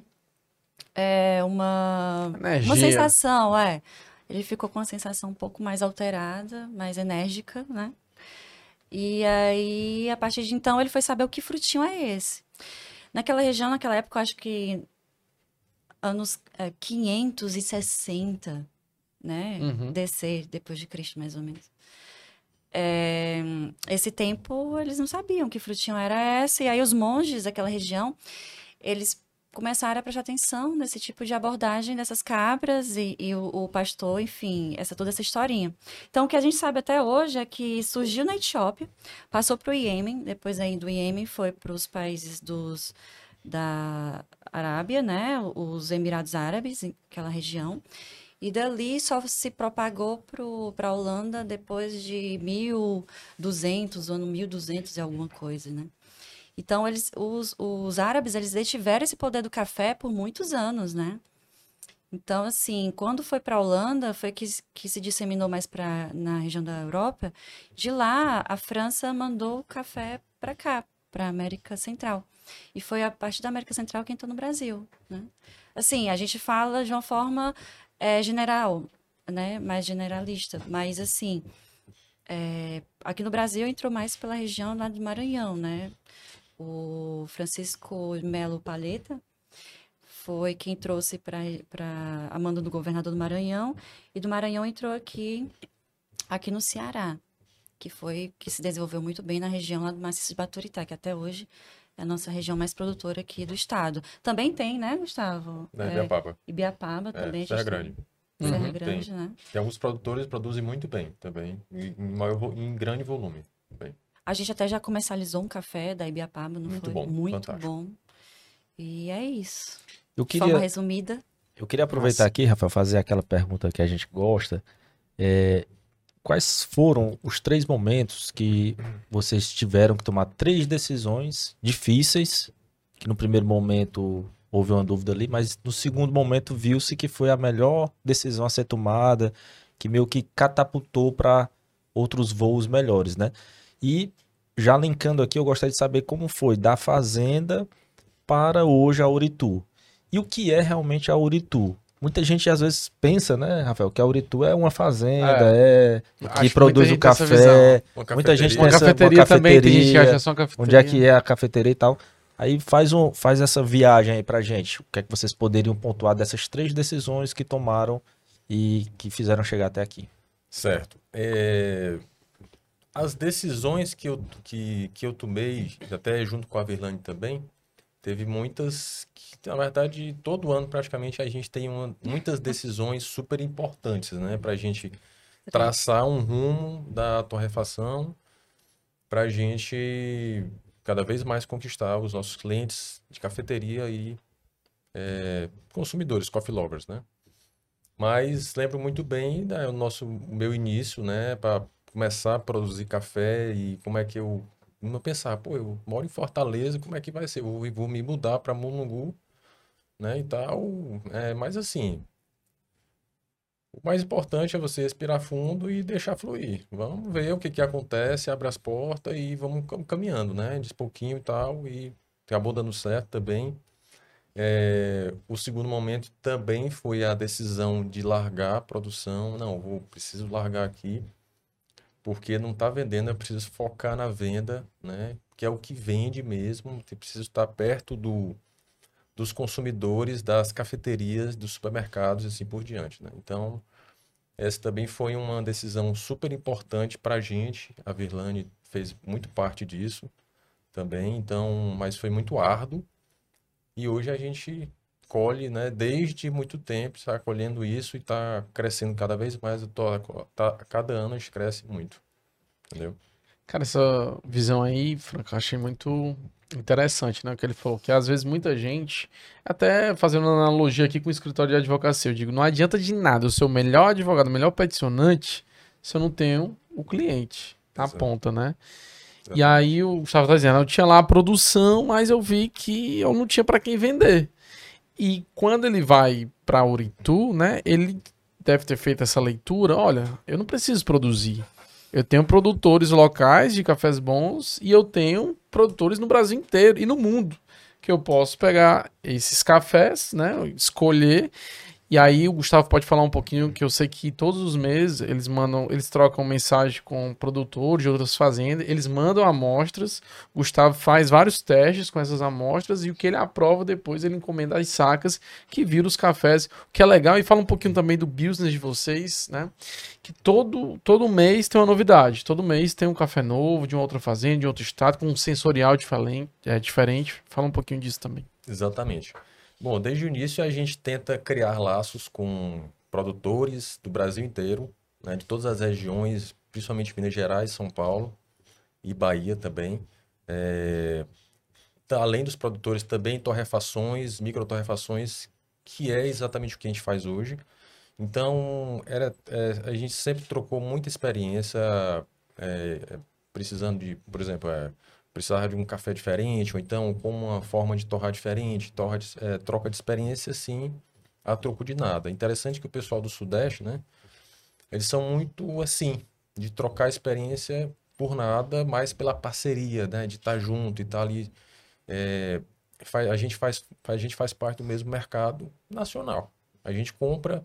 É, uma, Energia. uma sensação, é. Ele ficou com uma sensação um pouco mais alterada, mais enérgica, né? E aí, a partir de então, ele foi saber o que frutinho é esse. Naquela região, naquela época, eu acho que anos é, quinhentos e sessenta, né? Uhum. D C, depois de Cristo, mais ou menos. É, esse tempo, eles não sabiam que frutinho era esse. E aí, os monges daquela região, eles começaram a prestar atenção nesse tipo de abordagem dessas cabras e, e o, o pastor, enfim, essa, toda essa historinha. Então, o que a gente sabe até hoje é que surgiu na Etiópia, passou para o Iêmen, depois aí do Iêmen foi para os países dos, da Arábia, né, os Emirados Árabes, aquela região, e dali só se propagou para a Holanda depois de mil e duzentos, ano mil e duzentos e alguma coisa, né? Então, eles, os, os árabes, eles detiveram esse poder do café por muitos anos, né? Então, assim, quando foi para a Holanda, foi que, que se disseminou mais para na região da Europa. De lá, a França mandou o café para cá, para a América Central. E foi a partir da América Central que entrou no Brasil, né? Assim, a gente fala de uma forma É general, né? Mais generalista. Mas, assim, é, aqui no Brasil entrou mais pela região lá do Maranhão, né? O Francisco Melo Palheta foi quem trouxe para a manda do governador do Maranhão. E do Maranhão entrou aqui, aqui no Ceará, que foi que se desenvolveu muito bem na região lá do Maciço de Baturitá, que até hoje é a nossa região mais produtora aqui do estado. Também tem, né, Gustavo? Na É, Ibiapaba. Ibiapaba É, também. a Serra gente tem- Grande. Serra Uhum, Grande, tem. né? Tem alguns produtores que produzem muito bem também, em, em maior vo- em grande volume. Bem, A gente até já comercializou um café da Ibiapaba, não Muito foi? bom, Muito fantástico. bom. E é isso. Eu De forma queria, resumida, eu queria aproveitar Nossa. aqui, Rafael, fazer aquela pergunta que a gente gosta. É, quais foram os três momentos que vocês tiveram que tomar três decisões difíceis, que no primeiro momento houve uma dúvida ali, mas no segundo momento viu-se que foi a melhor decisão a ser tomada, que meio que catapultou para outros voos melhores, né? E já linkando aqui, eu gostaria de saber como foi da fazenda para hoje a Uritu. E o que é realmente a Uritu? Muita gente às vezes pensa, né, Rafael, que a Uritu é uma fazenda, é, Acho que que produz muita o gente tem essa café. Uma Muita gente cafeteria. tem Uma essa cafeteria uma também, tem gente que acha cafeteria, só uma cafeteria. onde é que é a cafeteria e tal. Aí faz, um, faz essa viagem aí pra gente. O que é que vocês poderiam pontuar dessas três decisões que tomaram e que fizeram chegar até aqui? Certo. É, As decisões que eu, que, que eu tomei, até junto com a Virlane também, teve muitas que, na verdade, todo ano praticamente a gente tem uma- muitas decisões super importantes, né? Para a gente traçar um rumo da torrefação, para a gente cada vez mais conquistar os nossos clientes de cafeteria e é, consumidores, coffee lovers, né? Mas lembro muito bem do nosso o meu início, né, para começar a produzir café e como é que eu não pensar, pô, eu moro em Fortaleza, como é que vai ser? Eu vou, vou me mudar para Mulungu, né, e tal. É, mas assim, o mais importante é você respirar fundo e deixar fluir. Vamos ver o que que acontece, abre as portas e vamos cam- caminhando, né, de pouquinho e tal, e acabou dando certo também. É, o segundo momento também foi a decisão de largar a produção. Não, vou preciso largar aqui porque não está vendendo, eu preciso focar na venda, né? Que é o que vende mesmo. Eu preciso estar perto do, dos consumidores, das cafeterias, dos supermercados e assim por diante, né? Então, essa também foi uma decisão super importante para a gente. A Virlane fez muito parte disso também, então, mas foi muito árduo. E hoje a gente colhe, né, desde muito tempo, está colhendo isso e está crescendo cada vez mais. Eu tô- tá- cada ano a gente cresce muito, entendeu? Cara, essa visão aí, Franco, eu achei muito interessante, né? O que ele falou, que às vezes muita gente, até fazendo uma analogia aqui com o escritório de advocacia, eu digo, não adianta de nada eu ser o melhor advogado, o melhor peticionante, se eu não tenho o cliente na Exato. ponta, né? E Exatamente. aí o Gustavo tá dizendo, eu tinha lá a produção, mas eu vi que eu não tinha para quem vender. E quando ele vai para Uritu, né, ele deve ter feito essa leitura, olha, eu não preciso produzir. Eu tenho produtores locais de cafés bons e eu tenho produtores no Brasil inteiro e no mundo que eu posso pegar esses cafés, né, escolher. E aí o Gustavo pode falar um pouquinho, que eu sei que todos os meses eles mandam, eles trocam mensagem com produtores de outras fazendas, eles mandam amostras, o Gustavo faz vários testes com essas amostras e o que ele aprova depois ele encomenda as sacas que viram os cafés, o que é legal. E fala um pouquinho também do business de vocês, né? Que todo, todo mês tem uma novidade, todo mês tem um café novo de uma outra fazenda, de outro estado, com um sensorial diferente, é, diferente. Fala um pouquinho disso também. Exatamente. Bom, desde o início a gente tenta criar laços com produtores do Brasil inteiro, né, de todas as regiões, principalmente Minas Gerais, São Paulo e Bahia também. É, tá, além dos produtores, também torrefações, microtorrefações, que é exatamente o que a gente faz hoje. Então, era, é, a gente sempre trocou muita experiência, é, é, precisando de, por exemplo, é, precisava de um café diferente, ou então com uma forma de torrar diferente, torra de- é, troca de experiência, assim, a troco de nada. Interessante que o pessoal do Sudeste, né, eles são muito assim, de trocar experiência por nada, mas pela parceria, né, de estar junto e estar ali. é, fa- a gente faz, a gente faz parte do mesmo mercado nacional. A gente compra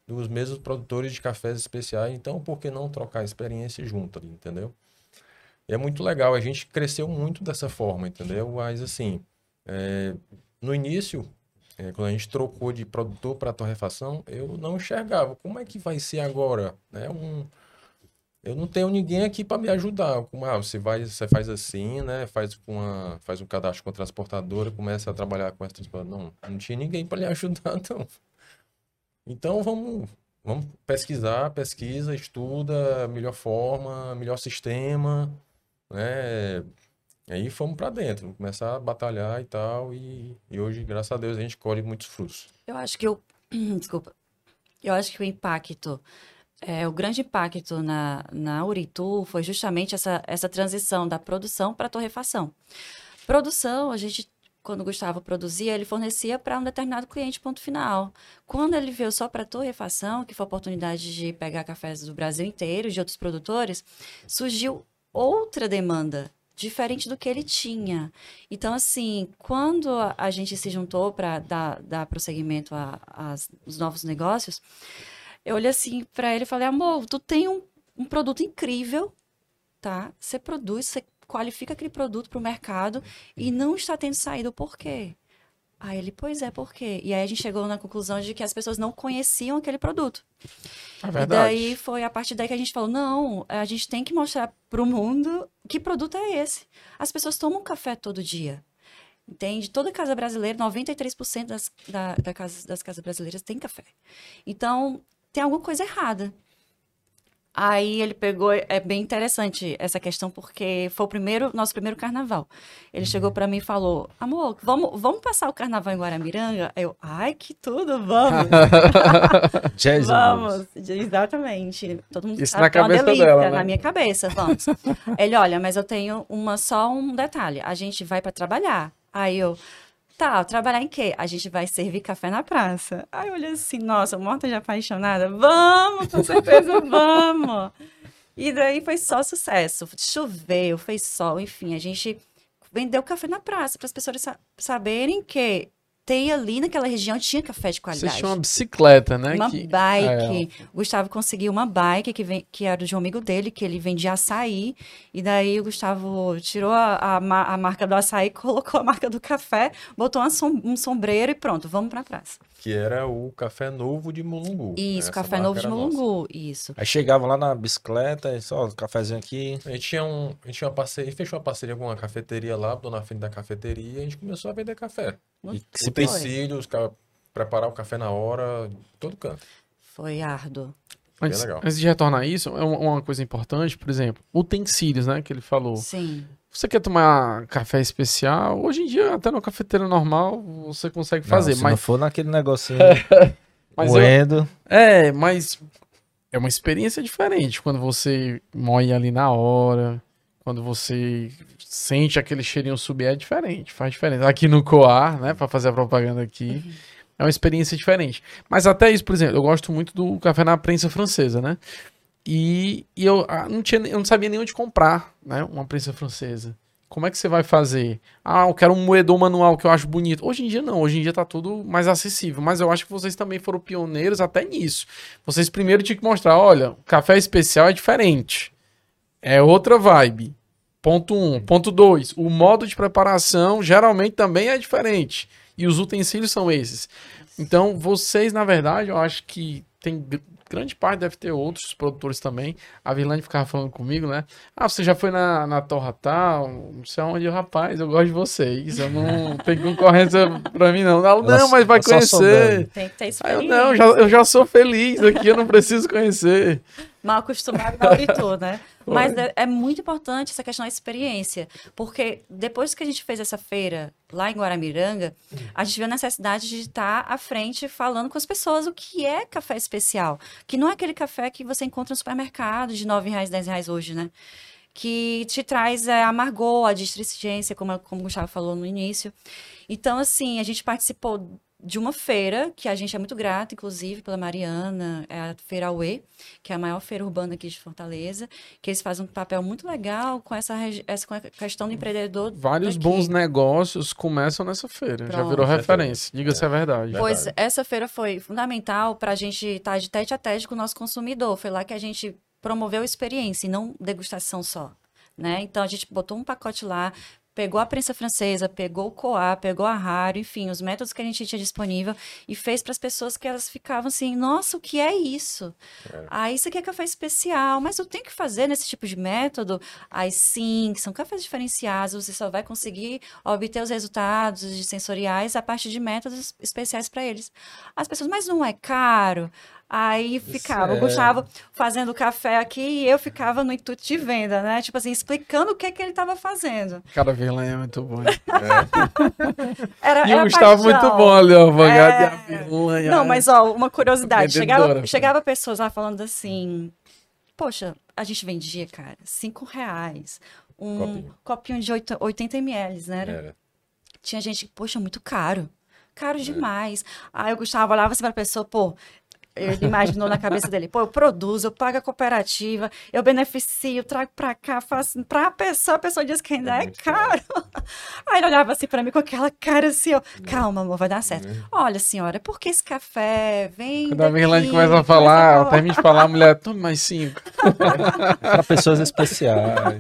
dos mesmos produtores de cafés especiais, então por que não trocar a experiência junto ali, entendeu? E é muito legal, a gente cresceu muito dessa forma, entendeu? Mas assim, é, no início, é, quando a gente trocou de produtor para torrefação, eu não enxergava como é que vai ser agora, né? Um, eu não tenho ninguém aqui para me ajudar. Como, ah, você vai, você faz assim, né? Faz com uma, faz um cadastro com a transportadora, começa a trabalhar com essa transportadora. Não, não tinha ninguém para lhe ajudar, não. Então vamos, vamos pesquisar, pesquisa, estuda a melhor forma, melhor sistema, né? Aí fomos para dentro, começar a batalhar e tal. E, e hoje, graças a Deus, a gente colhe muitos frutos. Eu acho que o. Desculpa. Eu acho que o impacto. É, o grande impacto na, na Uritu foi justamente essa, essa transição da produção para a torrefação. Produção, a gente, quando o Gustavo produzia, ele fornecia para um determinado cliente, ponto final. Quando ele veio só para a torrefação, que foi a oportunidade de pegar cafés do Brasil inteiro, de outros produtores, surgiu outra demanda, diferente do que ele tinha. Então, assim, quando a, a gente se juntou para dar, dar prosseguimento a, a, aos novos negócios, eu olhei assim para ele e falei, amor, tu tem um, um produto incrível, tá? Você produz, você qualifica aquele produto para o mercado e não está tendo saído, por quê? Aí ele, pois é, por quê? E aí a gente chegou na conclusão de que as pessoas não conheciam aquele produto. É E verdade. daí foi a partir daí que a gente falou, não, a gente tem que mostrar para o mundo que produto é esse. As pessoas tomam café todo dia. Entende? Toda casa brasileira, noventa e três por cento das, da, da casa, das casas brasileiras tem café. Então, tem alguma coisa errada. Aí ele pegou, é bem interessante essa questão, porque foi o primeiro, nosso primeiro carnaval. Ele chegou para mim e falou, amor, vamos, vamos passar o carnaval em Guaramiranga? Eu, ai, que tudo, vamos. Jazz Vamos, exatamente. Todo mundo Isso sabe na que é uma cabeça delícia, dela, né? na minha cabeça, vamos. Ele, olha, mas eu tenho uma, só um detalhe, a gente vai para trabalhar. Aí eu, tá, trabalhar em quê? A gente vai servir café na praça. Aí eu olhei assim, nossa, morta de apaixonada. Vamos, com certeza vamos. E daí foi só sucesso. Choveu, fez sol, enfim, a gente vendeu café na praça para as pessoas sa- saberem que tem ali naquela região, tinha café de qualidade. Vocês tinham uma bicicleta, né? Uma que- bike. É, O Gustavo conseguiu uma bike que, vem, que era de um amigo dele, que ele vendia açaí. E daí o Gustavo tirou a, a, ma- a marca do açaí, colocou a marca do café, botou uma som- um sombreiro e pronto, vamos pra praça. Que era o Café Novo de Mulungu. Isso, Essa Café marca Novo de era nossa. Mulungu, isso. Aí chegava lá na bicicleta, e só, cafezinho aqui. A gente tinha, um, a gente tinha uma parceria, fechou uma parceria com uma cafeteria lá, na frente da cafeteria, e a gente começou a vender café. E se Foi. Utensílios, ca- preparar o café na hora, todo canto. Foi árduo. Antes, legal. antes de retornar a isso, é uma, uma coisa importante, por exemplo, utensílios, né? Que ele falou. Sim. Você quer tomar café especial? Hoje em dia, até na cafeteira normal, você consegue Não, fazer. se não mas for naquele negocinho mas eu- moendo. É, mas é uma experiência diferente quando você moe ali na hora, quando você sente aquele cheirinho subir, é diferente, faz diferença. Aqui no Coar, né, pra fazer a propaganda aqui, é uma experiência diferente. Mas até isso, por exemplo, eu gosto muito do café na prensa francesa, né? E, e eu, ah, não tinha, eu não sabia nem onde comprar, né, uma prensa francesa. Como é que você vai fazer? Ah, eu quero um moedor manual que eu acho bonito. Hoje em dia não, hoje em dia tá tudo mais acessível. Mas eu acho que vocês também foram pioneiros até nisso. Vocês primeiro tinham que mostrar, olha, o café especial é diferente. É outra vibe. Ponto um. Ponto dois. O modo de preparação geralmente também é diferente. E os utensílios são esses. Então, vocês, na verdade, eu acho que tem gr- grande parte, deve ter outros produtores também. A Virlane ficava falando comigo, né? Ah, você já foi na, na Torra tal? Não sei onde, rapaz, eu gosto de vocês. Eu não tenho concorrência pra mim, não. Ela, Ela não, mas vai só conhecer. sondando. Tem que ter Aí eu, experiência. não, já, eu já sou feliz aqui, eu não preciso conhecer. Mal acostumado na Uritu, né? Foi. Mas é, é muito importante essa questão da experiência, porque depois que a gente fez essa feira lá em Guaramiranga, a gente viu a necessidade de estar à frente falando com as pessoas o que é café especial, que não é aquele café que você encontra no supermercado de nove reais, dez reais hoje, né? Que te traz é, amargor, a distrigência, como, como o Gustavo falou no início. Então, assim, a gente participou de uma feira, que a gente é muito grato, inclusive, pela Mariana, é a Feira Aue, que é a maior feira urbana aqui de Fortaleza, que eles fazem um papel muito legal com essa, regi- essa com a questão do empreendedor Vários daqui. bons negócios começam nessa feira. Já Pronto. virou Com referência. certeza. Diga-se a verdade. É. Pois Verdade. essa feira foi fundamental para a gente estar de tete a tete com o nosso consumidor. Foi lá que a gente promoveu experiência e não degustação só, né? Então a gente botou um pacote lá, pegou a prensa francesa, pegou o coá, pegou a raro, enfim, os métodos que a gente tinha disponível e fez para as pessoas que elas ficavam assim, nossa, o que é isso? É. Ah, isso aqui é café especial, mas eu tenho que fazer nesse tipo de método? Aí sim, que são cafés diferenciados, você só vai conseguir obter os resultados de sensoriais a partir de métodos especiais para eles. As pessoas, mas não é caro? Aí ficava o é. Gustavo fazendo café aqui e eu ficava no intuito de venda, né? Tipo assim, explicando o que, que ele estava fazendo. Cada vilã é muito bom. Era, E era o Gustavo paixão. muito bom ali, ó. Advogado É. e a vilã. Não, mas ó, uma curiosidade. Chegava, Vendedora, chegava pessoas lá falando assim: Poxa, a gente vendia, cara, cinco reais. Um Copinho. copinho de oito- oitenta mililitros, né? Era. Tinha gente que, poxa, muito caro. Caro demais. Aí o Gustavo olhava assim pra pessoa, pô. Ele imaginou na cabeça dele, pô, eu produzo, eu pago a cooperativa, eu beneficio, trago pra cá, faço pra pessoa, a pessoa diz que ainda É é, muito caro. Aí ele olhava assim pra mim com aquela cara assim, ó, calma, amor, vai dar certo. Uhum. Olha, senhora, é porque esse café vem Quando a daqui, Virlane começa a começa falar, termina de falar, a mulher, tome mais cinco. Para pessoas especiais.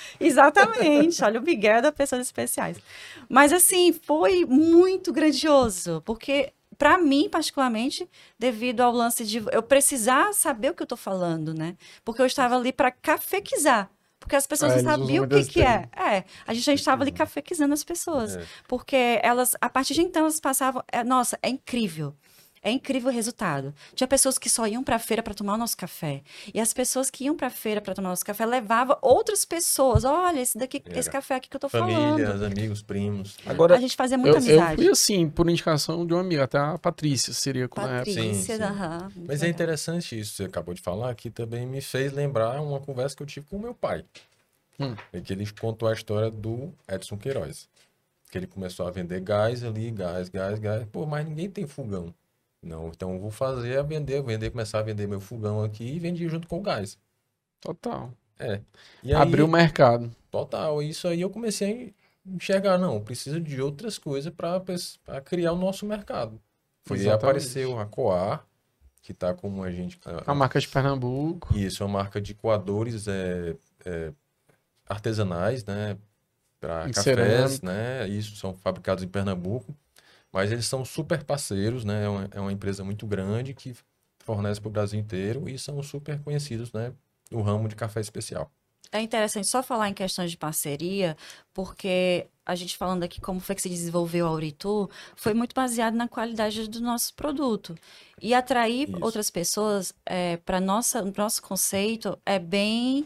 Exatamente, olha o Miguel da Pessoas Especiais. Mas assim, foi muito grandioso, porque para mim, particularmente, devido ao lance de eu precisar saber o que eu tô falando, né? Porque eu estava ali para cafequizar. Porque as pessoas É, não eles usam sabiam o muito que, esse que é. É, a gente estava ali cafequizando as pessoas. É. Porque elas, a partir de então, elas passavam. É, nossa, é incrível. É incrível o resultado. Tinha pessoas que só iam para a feira para tomar o nosso café. E as pessoas que iam para a feira para tomar o nosso café levavam outras pessoas. Olha, esse daqui, Era. esse café aqui que eu tô Famílias, falando. amigos, primos. Agora, A gente fazia muita Eu, eu amizade. fui assim, por indicação de um amigo, até a Patrícia seria como é. Patrícia, Sim, sim. aham, muito Mas é legal. interessante isso que você acabou de falar, que também me fez lembrar uma conversa que eu tive com o meu pai. Hum. Em que ele contou a história do Edson Queiroz. Que ele começou a vender gás ali, gás, gás, gás. Pô, mas ninguém tem fogão. Não, então eu vou fazer a vender, vender, começar a vender meu fogão aqui e vendi junto com o gás. Total. É. E aí, Abriu o mercado. total, isso aí eu comecei a enxergar, não, precisa de outras coisas para criar o nosso mercado. Foi aí Exatamente. apareceu a Coar, que está como a gente... A marca de Pernambuco. Isso, é uma marca de coadores é, é, artesanais, né? Para Em cafés, cerâmica. né? Isso, são fabricados em Pernambuco. Mas eles são super parceiros, né? É uma, é uma empresa muito grande que fornece para o Brasil inteiro e são super conhecidos, né? No ramo de café especial. É interessante só falar em questões de parceria, porque a gente falando aqui como foi que se desenvolveu a Uritu, foi muito baseado na qualidade do nosso produto. E atrair Isso. outras pessoas é, para nossa nosso conceito é bem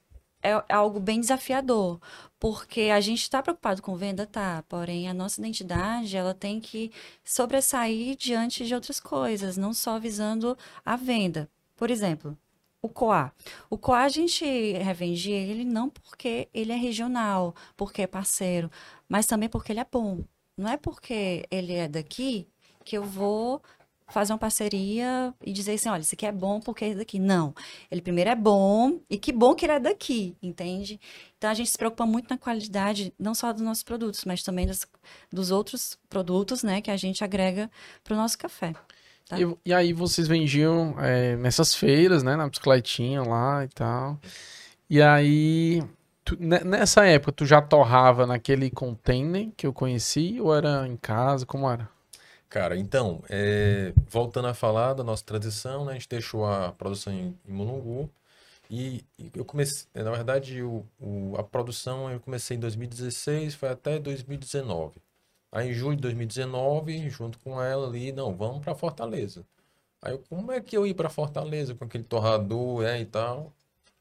é, é algo bem desafiador, porque a gente está preocupado com venda, tá? Porém, a nossa identidade ela tem que sobressair diante de outras coisas, não só visando a venda. Por exemplo, o coá. O coá a gente revendia ele não porque ele é regional, porque é parceiro, mas também porque ele é bom. Não é porque ele é daqui que eu vou fazer uma parceria e dizer assim, olha, isso aqui é bom porque é daqui. Não. Ele primeiro é bom e que bom que ele é daqui, entende? Então a gente se preocupa muito na qualidade, não só dos nossos produtos, mas também dos, dos outros produtos, né, que a gente agrega para o nosso café. Tá. E, e aí vocês vendiam é, nessas feiras, né? Na bicicletinha lá e tal. E aí, tu- ne- nessa época, tu já torrava naquele container que eu conheci ou era em casa? Como era? Cara, então, é, voltando a falar da nossa transição, né? A gente deixou a produção em, em Mulungu e, e eu comecei, na verdade, o, o- a produção eu comecei em dois mil e dezesseis, foi até dois mil e dezenove. Aí em julho de dois mil e dezenove, junto com ela ali, não, vamos para Fortaleza. Aí eu, como é que eu ia para Fortaleza com aquele torrador, é, e tal?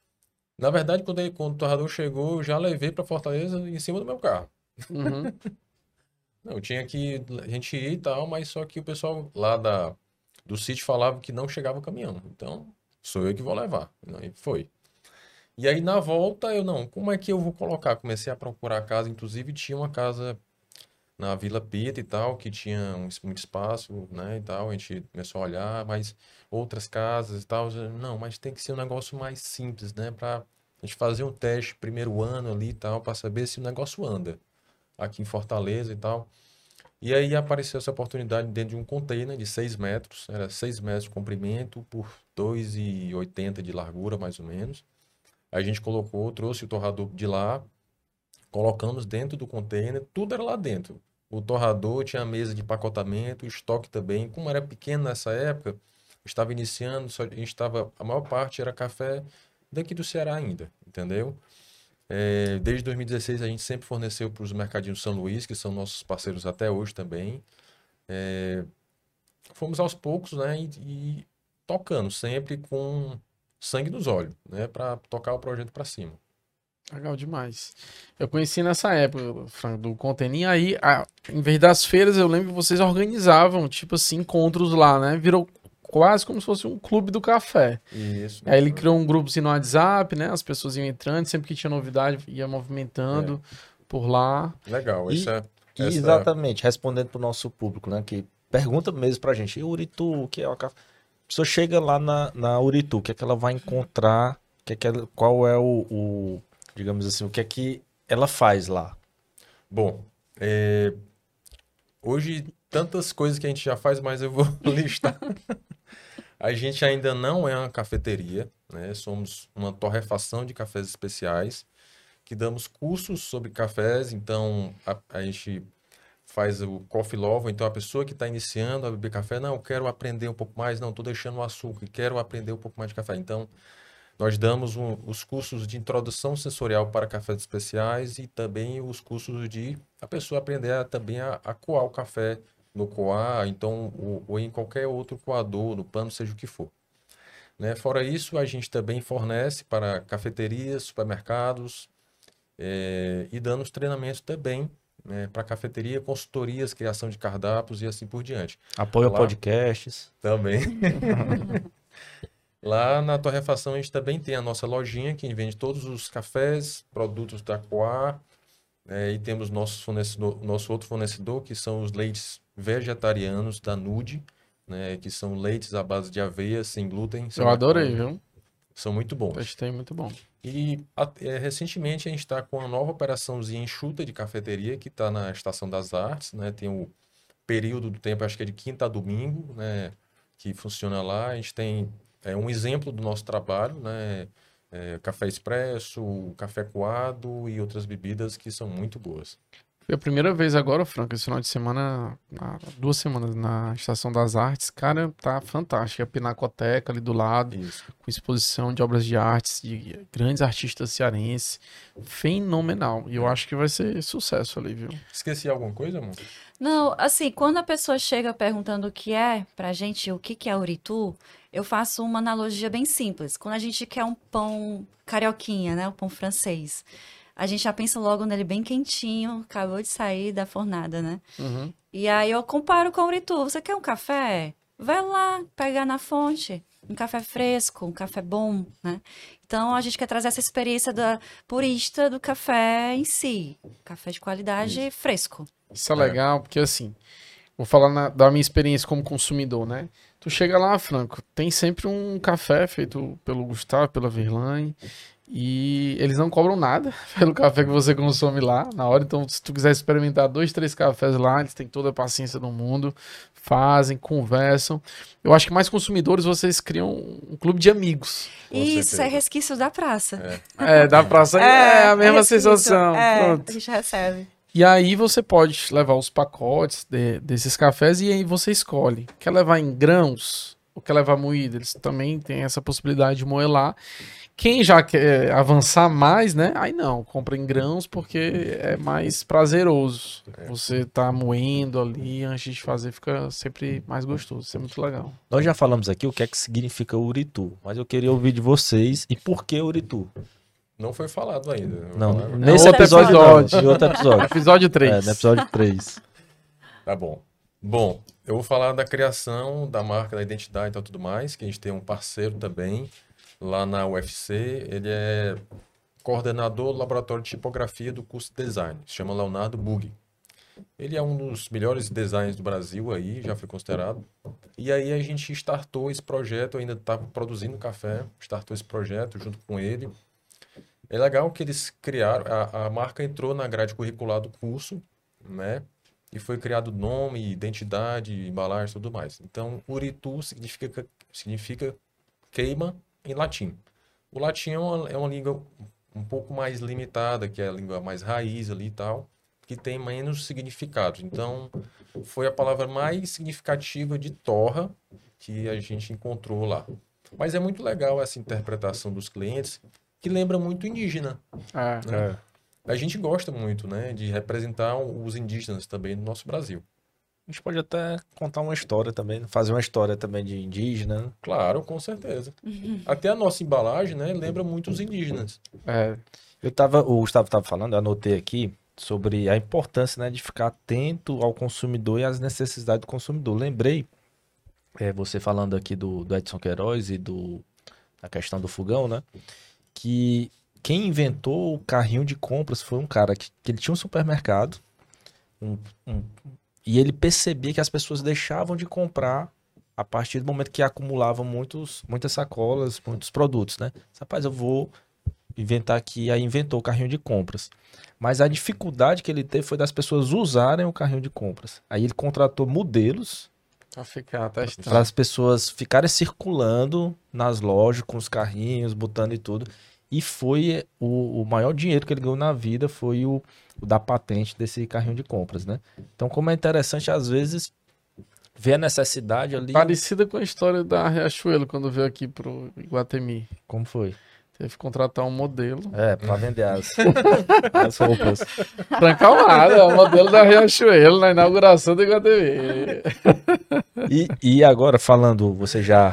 Na verdade, quando, ele, quando o torrador chegou, eu já levei para Fortaleza em cima do meu carro. Uhum. Não, tinha que a gente ir e tal, mas só que o pessoal lá da, do sítio falava que não chegava o caminhão. Então, sou eu que vou levar. E foi. E aí, na volta, eu não, como é que eu vou colocar? Comecei a procurar casa, inclusive tinha uma casa na Vila Pita e tal, que tinha um, muito espaço, né, e tal, a gente começou a olhar, mas outras casas e tal, não, mas tem que ser um negócio mais simples, né, para a gente fazer um teste primeiro ano ali e tal, para saber se o negócio anda aqui em Fortaleza e tal. E aí apareceu essa oportunidade dentro de um container de seis metros, era seis metros de comprimento por dois e oitenta de largura, mais ou menos. A gente colocou, trouxe o torrador de lá, colocamos dentro do container, tudo era lá dentro. O torrador tinha a mesa de empacotamento, o estoque também. Como era pequeno nessa época, estava iniciando, só, a gente estava, a maior parte era café daqui do Ceará ainda, entendeu? É, desde dois mil e dezesseis a gente sempre forneceu para os mercadinhos São Luís, que são nossos parceiros até hoje também. É, fomos aos poucos, né, e, e tocando, sempre com sangue nos olhos, né, para tocar o projeto para cima. Legal demais. Eu conheci nessa época, Franco, do Container, e aí, a, em vez das feiras, eu lembro que vocês organizavam, tipo assim, encontros lá, né? Virou quase como se fosse um clube do café. Isso. Aí ele criou um grupo no WhatsApp, né? As pessoas iam entrando, sempre que tinha novidade, ia movimentando é. por lá. Legal, e, essa, e essa... exatamente, respondendo pro nosso público, né? Que pergunta mesmo pra gente, e Uritu, o que é o café? A pessoa chega lá na, na Uritu, o que é que ela vai encontrar? O que é que ela, qual é o, o, digamos assim, o que é que ela faz lá? Bom, é... hoje tantas coisas que a gente já faz, mas eu vou listar. A gente ainda não é uma cafeteria, né? Somos uma torrefação de cafés especiais, que damos cursos sobre cafés, então a, a gente faz o Coffee Love, então a pessoa que está iniciando a beber café, não, eu quero aprender um pouco mais, não, estou deixando o açúcar, quero aprender um pouco mais de café. Então, nós damos um, os cursos de introdução sensorial para cafés especiais e também os cursos de a pessoa aprender a, também a, a coar o café no coar, então, ou, ou em qualquer outro coador, no pano, seja o que for. Né? Fora isso, a gente também fornece para cafeterias, supermercados, é, e dando os treinamentos também, né, para cafeteria, consultorias, criação de cardápios e assim por diante. Apoio Lá, a podcasts. Também. Lá na Torrefação a gente também tem a nossa lojinha que vende todos os cafés, produtos da Coar, é, e temos nosso, fornecedor, nosso outro fornecedor, que são os leites vegetarianos da Nude, né, que são leites à base de aveia, sem glúten. Sem Eu adorei, lactose. viu? São muito bons. Testei, muito bom. E é, recentemente a gente está com uma nova operaçãozinha enxuta de cafeteria, que está na Estação das Artes, né? Tem o período do tempo, acho que é de quinta a domingo, né? Que funciona lá. A gente tem é, um exemplo do nosso trabalho, né? É, café expresso, café coado e outras bebidas que são muito boas. Foi a primeira vez agora, Franco, esse final de semana, há duas semanas na Estação das Artes. Cara, tá fantástico. A Pinacoteca ali do lado, Isso. com exposição de obras de artes de grandes artistas cearenses. Fenomenal. E eu acho que vai ser sucesso ali, viu? Esqueci alguma coisa, amor? Não, assim, quando a pessoa chega perguntando o que é, pra gente, o que que é Uritu, eu faço uma analogia bem simples. Quando a gente quer um pão carioquinha, né, o pão francês, a gente já pensa logo nele bem quentinho, acabou de sair da fornada, né? Uhum. E aí eu comparo com o Uritu. Você quer um café? Vai lá pegar na fonte. Um café fresco, um café bom, né? Então, a gente quer trazer essa experiência da purista do café em si. Café de qualidade Isso. fresco. Isso é legal, porque assim, vou falar na, da minha experiência como consumidor, né? Tu chega lá, Franco, tem sempre um café feito pelo Gustavo, pela Verlaine, e eles não cobram nada pelo café que você consome lá na hora. Então, se tu quiser experimentar dois, três cafés lá, eles têm toda a paciência do mundo, fazem, conversam. Eu acho que mais consumidores, vocês criam um clube de amigos. Com Isso certeza. é resquício da praça. É. É, da praça é, a mesma resquício, sensação. É, Pronto. a gente recebe. E aí você pode levar os pacotes de- desses cafés e aí você escolhe. Quer levar em grãos ou quer levar moído? Eles também têm essa possibilidade de moer lá. Quem já quer avançar mais, né? Aí não, compra em grãos porque é mais prazeroso. Você tá moendo ali antes de fazer, fica sempre mais gostoso. Isso é muito legal. Nós já falamos aqui o que é que significa Uritu, mas eu queria ouvir de vocês e por que Uritu? Não foi falado ainda. Vou Não, falar agora. nesse outro episódio, episódio. não, em outro episódio. Episódio três. É, no episódio três. Tá bom. Bom, eu vou falar da criação da marca, da identidade e tal, tudo mais, que a gente tem um parceiro também lá na U F C. Ele é coordenador do laboratório de tipografia do curso de design. Se chama Leonardo Bugg. Ele é um dos melhores designs do Brasil aí, já foi considerado. E aí a gente startou esse projeto, ainda estava produzindo café, startou esse projeto junto com ele. É legal que eles criaram, a, a marca entrou na grade curricular do curso, né? E foi criado nome, identidade, embalagem e tudo mais. Então, Uritu significa, significa queima em latim. O latim é uma, é uma língua um pouco mais limitada, que é a língua mais raiz ali e tal, que tem menos significado. Então, foi a palavra mais significativa de torra que a gente encontrou lá. Mas é muito legal essa interpretação dos clientes, que lembra muito indígena. É. Né? A gente gosta muito, né, de representar os indígenas também no nosso Brasil. A gente pode até contar uma história também, fazer uma história também de indígena, né? Claro, com certeza. Até a nossa embalagem, né, lembra muito os indígenas. É. Eu tava, o Gustavo estava falando, eu anotei aqui, sobre a importância, né, de ficar atento ao consumidor e às necessidades do consumidor. Lembrei, é, você falando aqui do, do Edson Queiroz e do, da questão do fogão, né, que quem inventou o carrinho de compras foi um cara que, que ele tinha um supermercado um, um, e ele percebia que as pessoas deixavam de comprar a partir do momento que acumulavam muitos, muitas sacolas, muitos produtos, né? Rapaz, eu vou inventar aqui, aí inventou o carrinho de compras. Mas a dificuldade que ele teve foi das pessoas usarem o carrinho de compras. Aí ele contratou modelos Pra ficar testando. para as pessoas ficarem circulando nas lojas com os carrinhos, botando e tudo. E foi o, o maior dinheiro que ele ganhou na vida foi o, o da patente desse carrinho de compras, né? Então, como é interessante, às vezes, ver a necessidade ali. Parecida com a história da Riachuelo, quando veio aqui pro Iguatemi. Como foi? Teve que contratar um modelo. É, para vender as, as roupas. Trancalmada, o modelo da Riachuelo na inauguração do Iguatemi. E, e agora, falando, você já,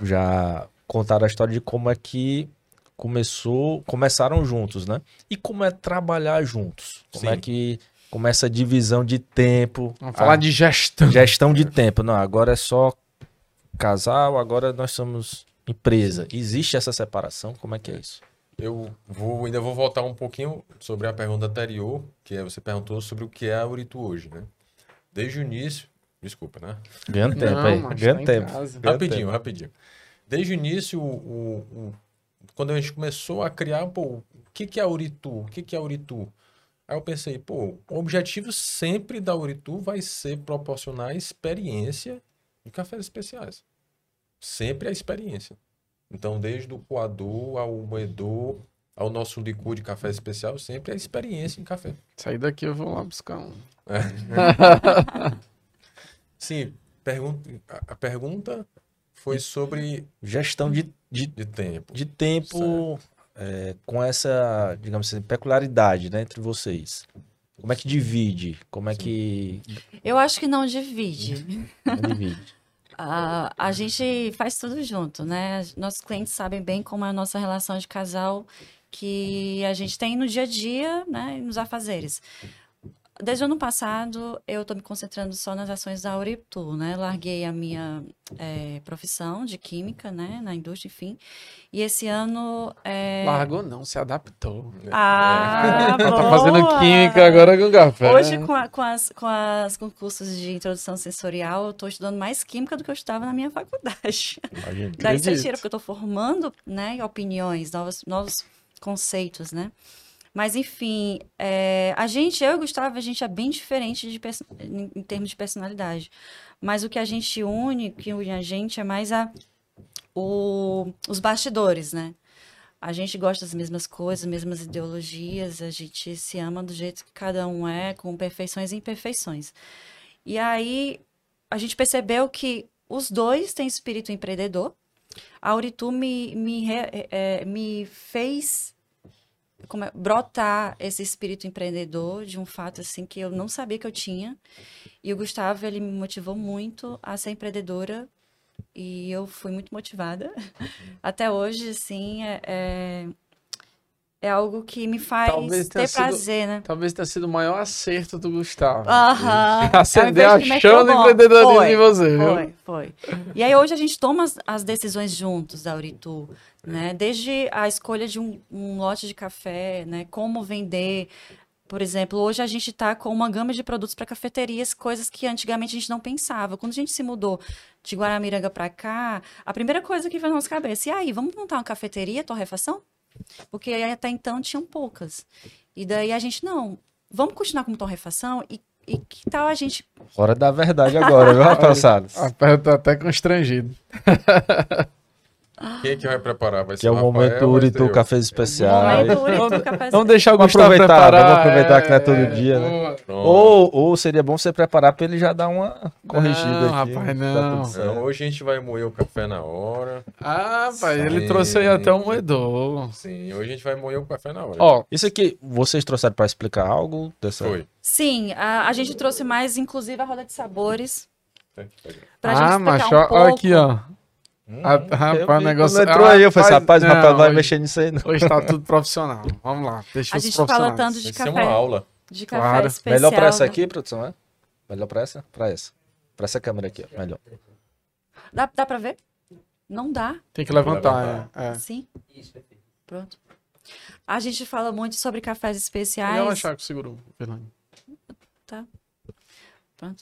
já contaram a história de como é que começou, começaram juntos, né? E como é trabalhar juntos? Como Sim. é que começa a divisão de tempo? Vamos falar a de gestão. gestão de tempo. Não, agora é só casal, agora nós somos empresa. Existe essa separação? Como é que é isso? Eu vou, ainda vou voltar um pouquinho sobre a pergunta anterior, que é, você perguntou sobre o que é a Uritu hoje, né? Desde o início, desculpa, né? Ganhando tempo Não, aí. mas Ganhando tá em tempo. casa. Ganhando Rapidinho, tempo. rapidinho. Desde o início, o, o- o- quando a gente começou a criar, pô, o que que é a Uritu? O que que é a Uritu? Aí eu pensei, pô, o objetivo sempre da Uritu vai ser proporcionar experiência de cafés especiais. Sempre a experiência. Então, desde o coador ao moedor, ao nosso licor de café especial, sempre a experiência em café. Sair daqui eu vou lá buscar um. Sim, pergunta, a- a pergunta foi sobre Gestão de, de, de tempo. de tempo é, com essa, digamos assim, peculiaridade, né, entre vocês. Como é que divide? Como é que Eu acho que não divide. como divide? A, a gente faz tudo junto, né? Nossos clientes sabem bem como é a nossa relação de casal que a gente tem no dia a dia, né? E nos afazeres. Desde o ano passado, eu estou me concentrando só nas ações da Uritu, né? Larguei a minha eh, profissão de química, né? Na indústria, enfim. E esse ano... eh, Largou não, se adaptou. Ah, Tá boa! fazendo química agora com café. Hoje, com, a- com as, com as concursos de introdução sensorial, eu estou estudando mais química do que eu estava na minha faculdade. Imagina. Daí você Acredito. tira, porque eu estou formando, né, opiniões, novos, novos conceitos, né? Mas, enfim, é, a gente, eu e o Gustavo, a gente é bem diferente de, perso- em, em termos de personalidade. Mas o que a gente une, o que une a gente é mais a, o- os bastidores, né? A gente gosta das mesmas coisas, mesmas ideologias, a gente se ama do jeito que cada um é, com perfeições e imperfeições. E aí, a gente percebeu que os dois têm espírito empreendedor. A Uritu me, me, re- é, é, me fez como é, brotar esse espírito empreendedor de um fato assim que eu não sabia que eu tinha. E o Gustavo, ele me motivou muito a ser empreendedora e eu fui muito motivada. Até hoje, assim, é, é, é algo que me faz Talvez tenha ter sido- prazer, né? Talvez tenha sido o maior acerto do Gustavo. Aham. Acender É um a investimento chama do bom. empreendedorismo Foi, em você, viu? Foi, foi. E aí hoje a gente toma as, as decisões juntos da Uritu, né? Desde a escolha de um, um lote de café, né? Como vender, Por exemplo, hoje a gente está com uma gama de produtos para cafeterias, coisas que antigamente a gente não pensava. Quando a gente se mudou de Guaramiranga para cá, a primeira coisa que veio na nossa cabeça, e aí, vamos montar uma cafeteria, torrefação? Porque até então tinham poucas. E daí a gente, não, vamos continuar com torrefação e, e que tal a gente... Hora da verdade agora, viu, Rafael Salles? A Rafael tá até constrangido. Quem é que vai preparar? Vai ser Que é o Rafael, momento vai Uri ser do eu? Cafés Especiais. Momento Uri do Café Vamos deixar o Vamos Gustavo aproveitar, preparar. vamos aproveitar que não é todo dia, né? boa. Pronto. Ou, ou seria bom você preparar para ele já dar uma corrigida Não, aqui. rapaz, tá não. tudo certo. Não, hoje a gente vai moer o café na hora. Ah, pai, ele Sim. trouxe aí até um moedor. Sim, hoje a gente vai moer o café na hora. Ó, Isso aqui, vocês trouxeram para explicar algo dessa... Foi. Sim, a, a gente trouxe mais, inclusive, a roda de sabores, pra gente ah, explicar macho, um ó, pouco. aqui, ó. Hum, Ah, Eu rapaz, vi o negócio... quando entrou aí, eu falei, rapaz, o não, Rafael não vai hoje- mexer nisso aí, não. Hoje tá tudo profissional. Vamos lá, deixa A os gente fala profissionais. tanto de vai ser café, uma aula. de café Claro. especial. Melhor para essa né? aqui, produção, é? Melhor para essa? Para essa. Para essa câmera aqui, ó. Melhor. Dá, dá pra ver? Não dá. Tem que Tem que levantar, é. é. Sim? Pronto. A gente fala muito sobre cafés Vou especiais. relaxar que segurou, Fernando. Pronto.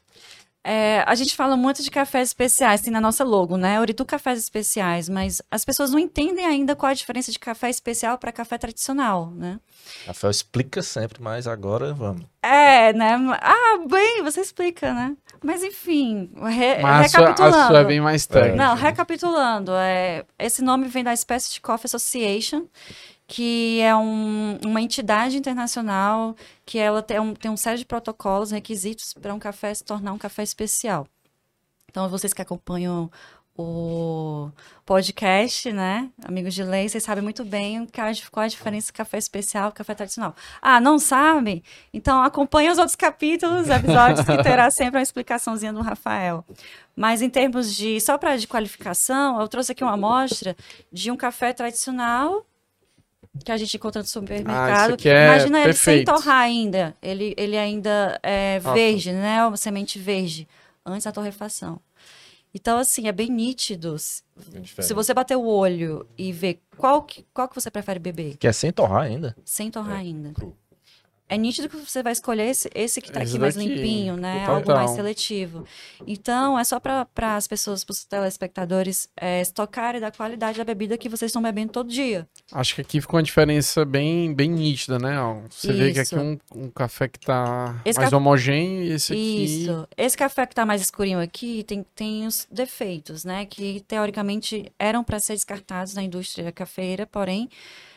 É, a gente fala muito de cafés especiais, tem na nossa logo, né? Uritu Cafés Especiais, mas as pessoas não entendem ainda qual a diferença de café especial para café tradicional, né? Rafael explica sempre, mas agora vamos. É, né? Ah, bem, você explica, né? Mas enfim, re- Mas a sua, recapitulando. a sua é bem mais técnica. Não, recapitulando, é, esse nome vem da Specialty Coffee Association, que é um- uma entidade internacional que ela tem um, tem um série de protocolos, requisitos para um café se tornar um café especial. Então, vocês que acompanham o podcast, né, amigos de lei, vocês sabem muito bem o que a- qual a diferença do café especial e café tradicional. Ah, não sabem? Então, acompanhe os outros capítulos, episódios, que terá sempre uma explicaçãozinha do Rafael. Mas em termos de, só para de qualificação, eu trouxe aqui uma amostra de um café tradicional que a gente encontra no Ah, supermercado. isso aqui é Imagina ele sem perfeito. torrar ainda. Ele, ele ainda é Ah, verde, né? Uma semente verde, antes da torrefação. Então, assim, é bem nítido. Se É diferente. se você bater o olho e ver qual que, qual que você prefere beber, Que é sem torrar ainda. sem torrar É, ainda. cru. É nítido que você vai escolher esse, esse que tá Esse aqui mais daqui. limpinho, né? Total. Algo mais seletivo. Então, é só para as pessoas, para os telespectadores, é, estocarem da qualidade da bebida que vocês estão bebendo todo dia. Acho que aqui ficou uma diferença bem, bem nítida, né? Ó, você vê que aqui Isso. um, um café que tá Esse mais café- homogêneo e esse aqui... Isso. Esse café que tá mais escurinho aqui tem, tem os defeitos, né? Que teoricamente eram para ser descartados na indústria cafeira, porém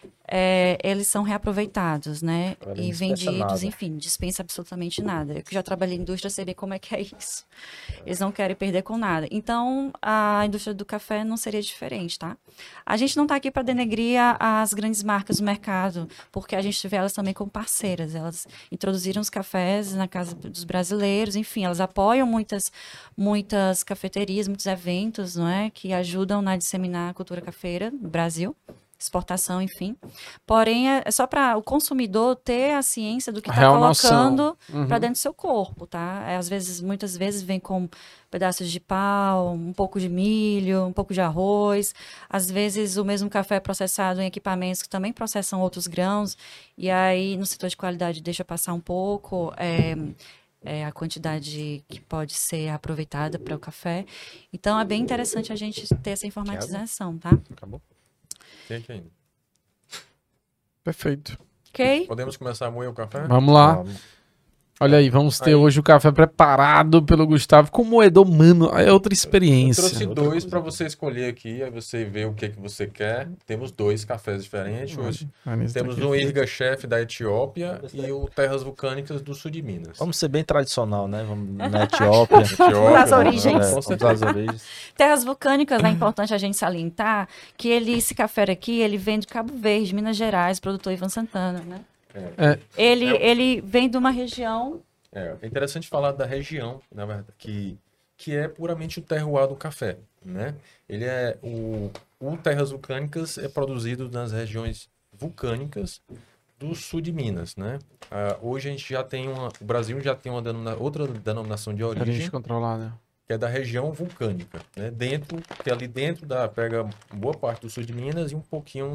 é, eles são reaproveitados, né? Agora E não dispensa vendidos, nada. enfim, dispensa absolutamente nada. Eu que já trabalhei em indústria, sei bem como é que é isso. Eles não querem perder com nada. Então, a indústria do café não seria diferente, tá? A gente não tá aqui para denegrir a- as grandes marcas do mercado, porque a gente vê elas também como parceiras. Elas introduziram os cafés na casa dos brasileiros, enfim, elas apoiam muitas, muitas cafeterias, muitos eventos, não é? Que ajudam na disseminar a cultura cafeira no Brasil. Exportação, enfim. Porém, é é só para o consumidor ter a ciência do que A está real colocando noção. Uhum. para dentro do seu corpo, tá? É, às vezes, muitas vezes vem com pedaços de pau, um pouco de milho, um pouco de arroz. Às vezes o mesmo café é processado em equipamentos que também processam outros grãos. E aí, no setor de qualidade, deixa passar um pouco é, é, a quantidade que pode ser aproveitada para o café. Então, é bem interessante a gente ter essa informatização, tá? Acabou. Tem aqui ainda. Perfeito. Ok? Podemos começar a moer o café? Vamos lá. Vamos. Olha aí, vamos ter Aí. hoje o café preparado pelo Gustavo com moedor, mano. É outra Eu experiência. trouxe dois para você escolher aqui, aí você vê o que, que você quer. Temos dois cafés diferentes hoje. Ah, nesse Temos daqui. um Irga Chef da Etiópia e o Terras Vulcânicas do sul de Minas. Vamos ser bem tradicional, né? Vamos na Etiópia. Etiópia, Das origens. É, com vamos certeza. às origens. Terras vulcânicas, é importante a gente salientar que ele, esse café aqui, ele vem de Cabo Verde, Minas Gerais, produtor Ivan Santana, né? É. Ele, É. ele vem de uma região... É, é interessante falar da região, na verdade, que, que é puramente o terroir do café, né? Ele é o, o Terras Vulcânicas é produzido nas regiões vulcânicas do sul de Minas, né? Ah, hoje a gente já tem uma, o Brasil já tem uma denomina, outra denominação de Pra origem, gente controlar, né? que é da região vulcânica, né? Dentro, que ali dentro da pega boa parte do sul de Minas e um pouquinho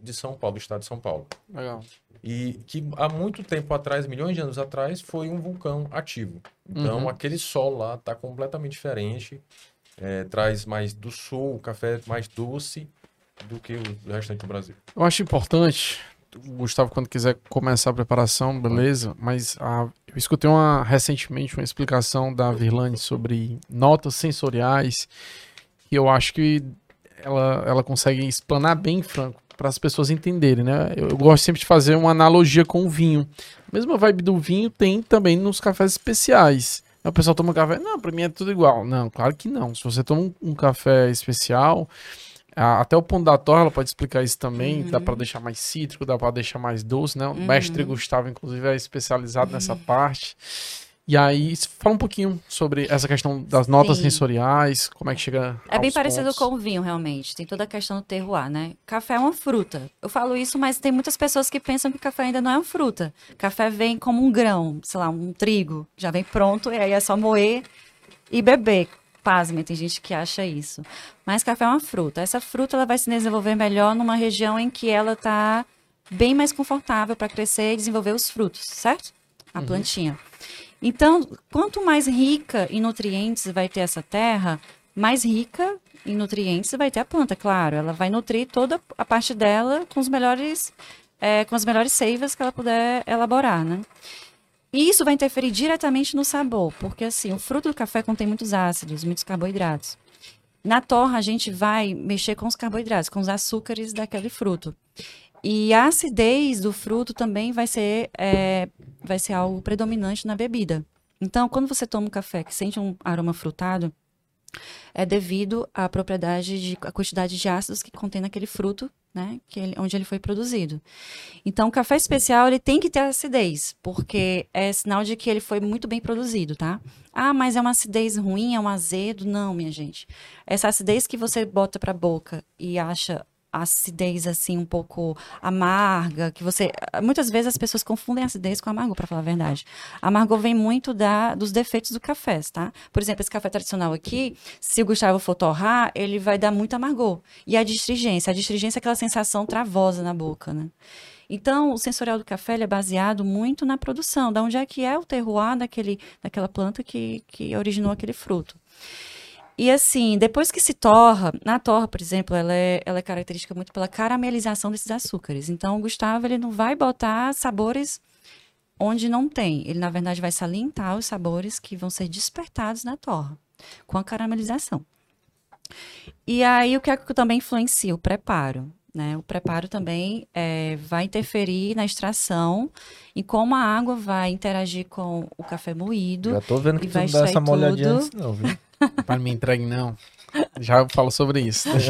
de São Paulo, do estado de São Paulo. Legal. E que há muito tempo atrás, milhões de anos atrás, foi um vulcão ativo. Então, Uhum. aquele sol lá está completamente diferente. É, traz mais do sul, o café mais doce do que o restante do Brasil. Eu acho importante, o Gustavo, quando quiser começar a preparação, beleza, mas a- eu escutei uma, recentemente uma explicação da Virlane sobre notas sensoriais, que eu acho que ela, ela consegue explanar bem, Franco, para as pessoas entenderem, né? Eu, eu gosto sempre de fazer uma analogia com o vinho. A mesma vibe do vinho tem também nos cafés especiais. O pessoal toma café, não, para mim é tudo igual. Não, claro que não. Se você toma um, um café especial, a- até o ponto da torra, ela pode explicar isso também. Uhum. Dá para deixar mais cítrico, dá para deixar mais doce, né? O Uhum. mestre Gustavo, inclusive, é especializado nessa parte. E aí, s- fala um pouquinho sobre essa questão das notas Sim. sensoriais, como é que chega É bem aos parecido pontos. com o vinho, realmente. Tem toda a questão do terroir, né? Café é uma fruta. Eu falo isso, mas tem muitas pessoas que pensam que café ainda não é uma fruta. Café vem como um grão, sei lá, um trigo. Já vem pronto, e aí é só moer e beber. Pasme, tem gente que acha isso. Mas café é uma fruta. Essa fruta ela vai se desenvolver melhor numa região em que ela está bem mais confortável para crescer e desenvolver os frutos, certo? A plantinha. Então, quanto mais rica em nutrientes vai ter essa terra, mais rica em nutrientes vai ter a planta, claro. Ela vai nutrir toda a parte dela com os melhores, é, com as melhores seivas que ela puder elaborar, né? E isso vai interferir diretamente no sabor, porque assim, o fruto do café contém muitos ácidos, muitos carboidratos. Na torra, a gente vai mexer com os carboidratos, com os açúcares daquele fruto. E a acidez do fruto também vai ser, é, vai ser algo predominante na bebida. Então, quando você toma um café que sente um aroma frutado, é devido à propriedade de a quantidade de ácidos que contém naquele fruto, né, que ele, onde ele foi produzido. Então, o café especial ele tem que ter acidez, porque é sinal de que ele foi muito bem produzido, tá? Ah, mas é uma acidez ruim, é um azedo? Não, minha gente. Essa acidez que você bota para a boca e acha acidez assim um pouco amarga, que você muitas vezes as pessoas confundem acidez com amargor, para falar a verdade. Amargor vem muito da dos defeitos do café, tá? Por exemplo, esse café tradicional aqui, se o Gustavo for torrar, ele vai dar muito amargor. E a distringência, a distringência é aquela sensação travosa na boca, né? Então, o sensorial do café ele é baseado muito na produção, da onde é que é o terroir daquele, daquela planta que, que originou aquele fruto. E assim, depois que se torra, na torra, por exemplo, ela é, ela é característica muito pela caramelização desses açúcares. Então, o Gustavo, ele não vai botar sabores onde não tem. Ele, na verdade, vai salientar os sabores que vão ser despertados na torra, com a caramelização. E aí, o que é que também influencia? O preparo. Né? O preparo também é, vai interferir na extração e como a água vai interagir com o café moído. Já tô vendo que E tu vai não dá essa extrair molhadinha tudo. antes não, viu? Para me entregue, não. Já falo sobre isso. Deixa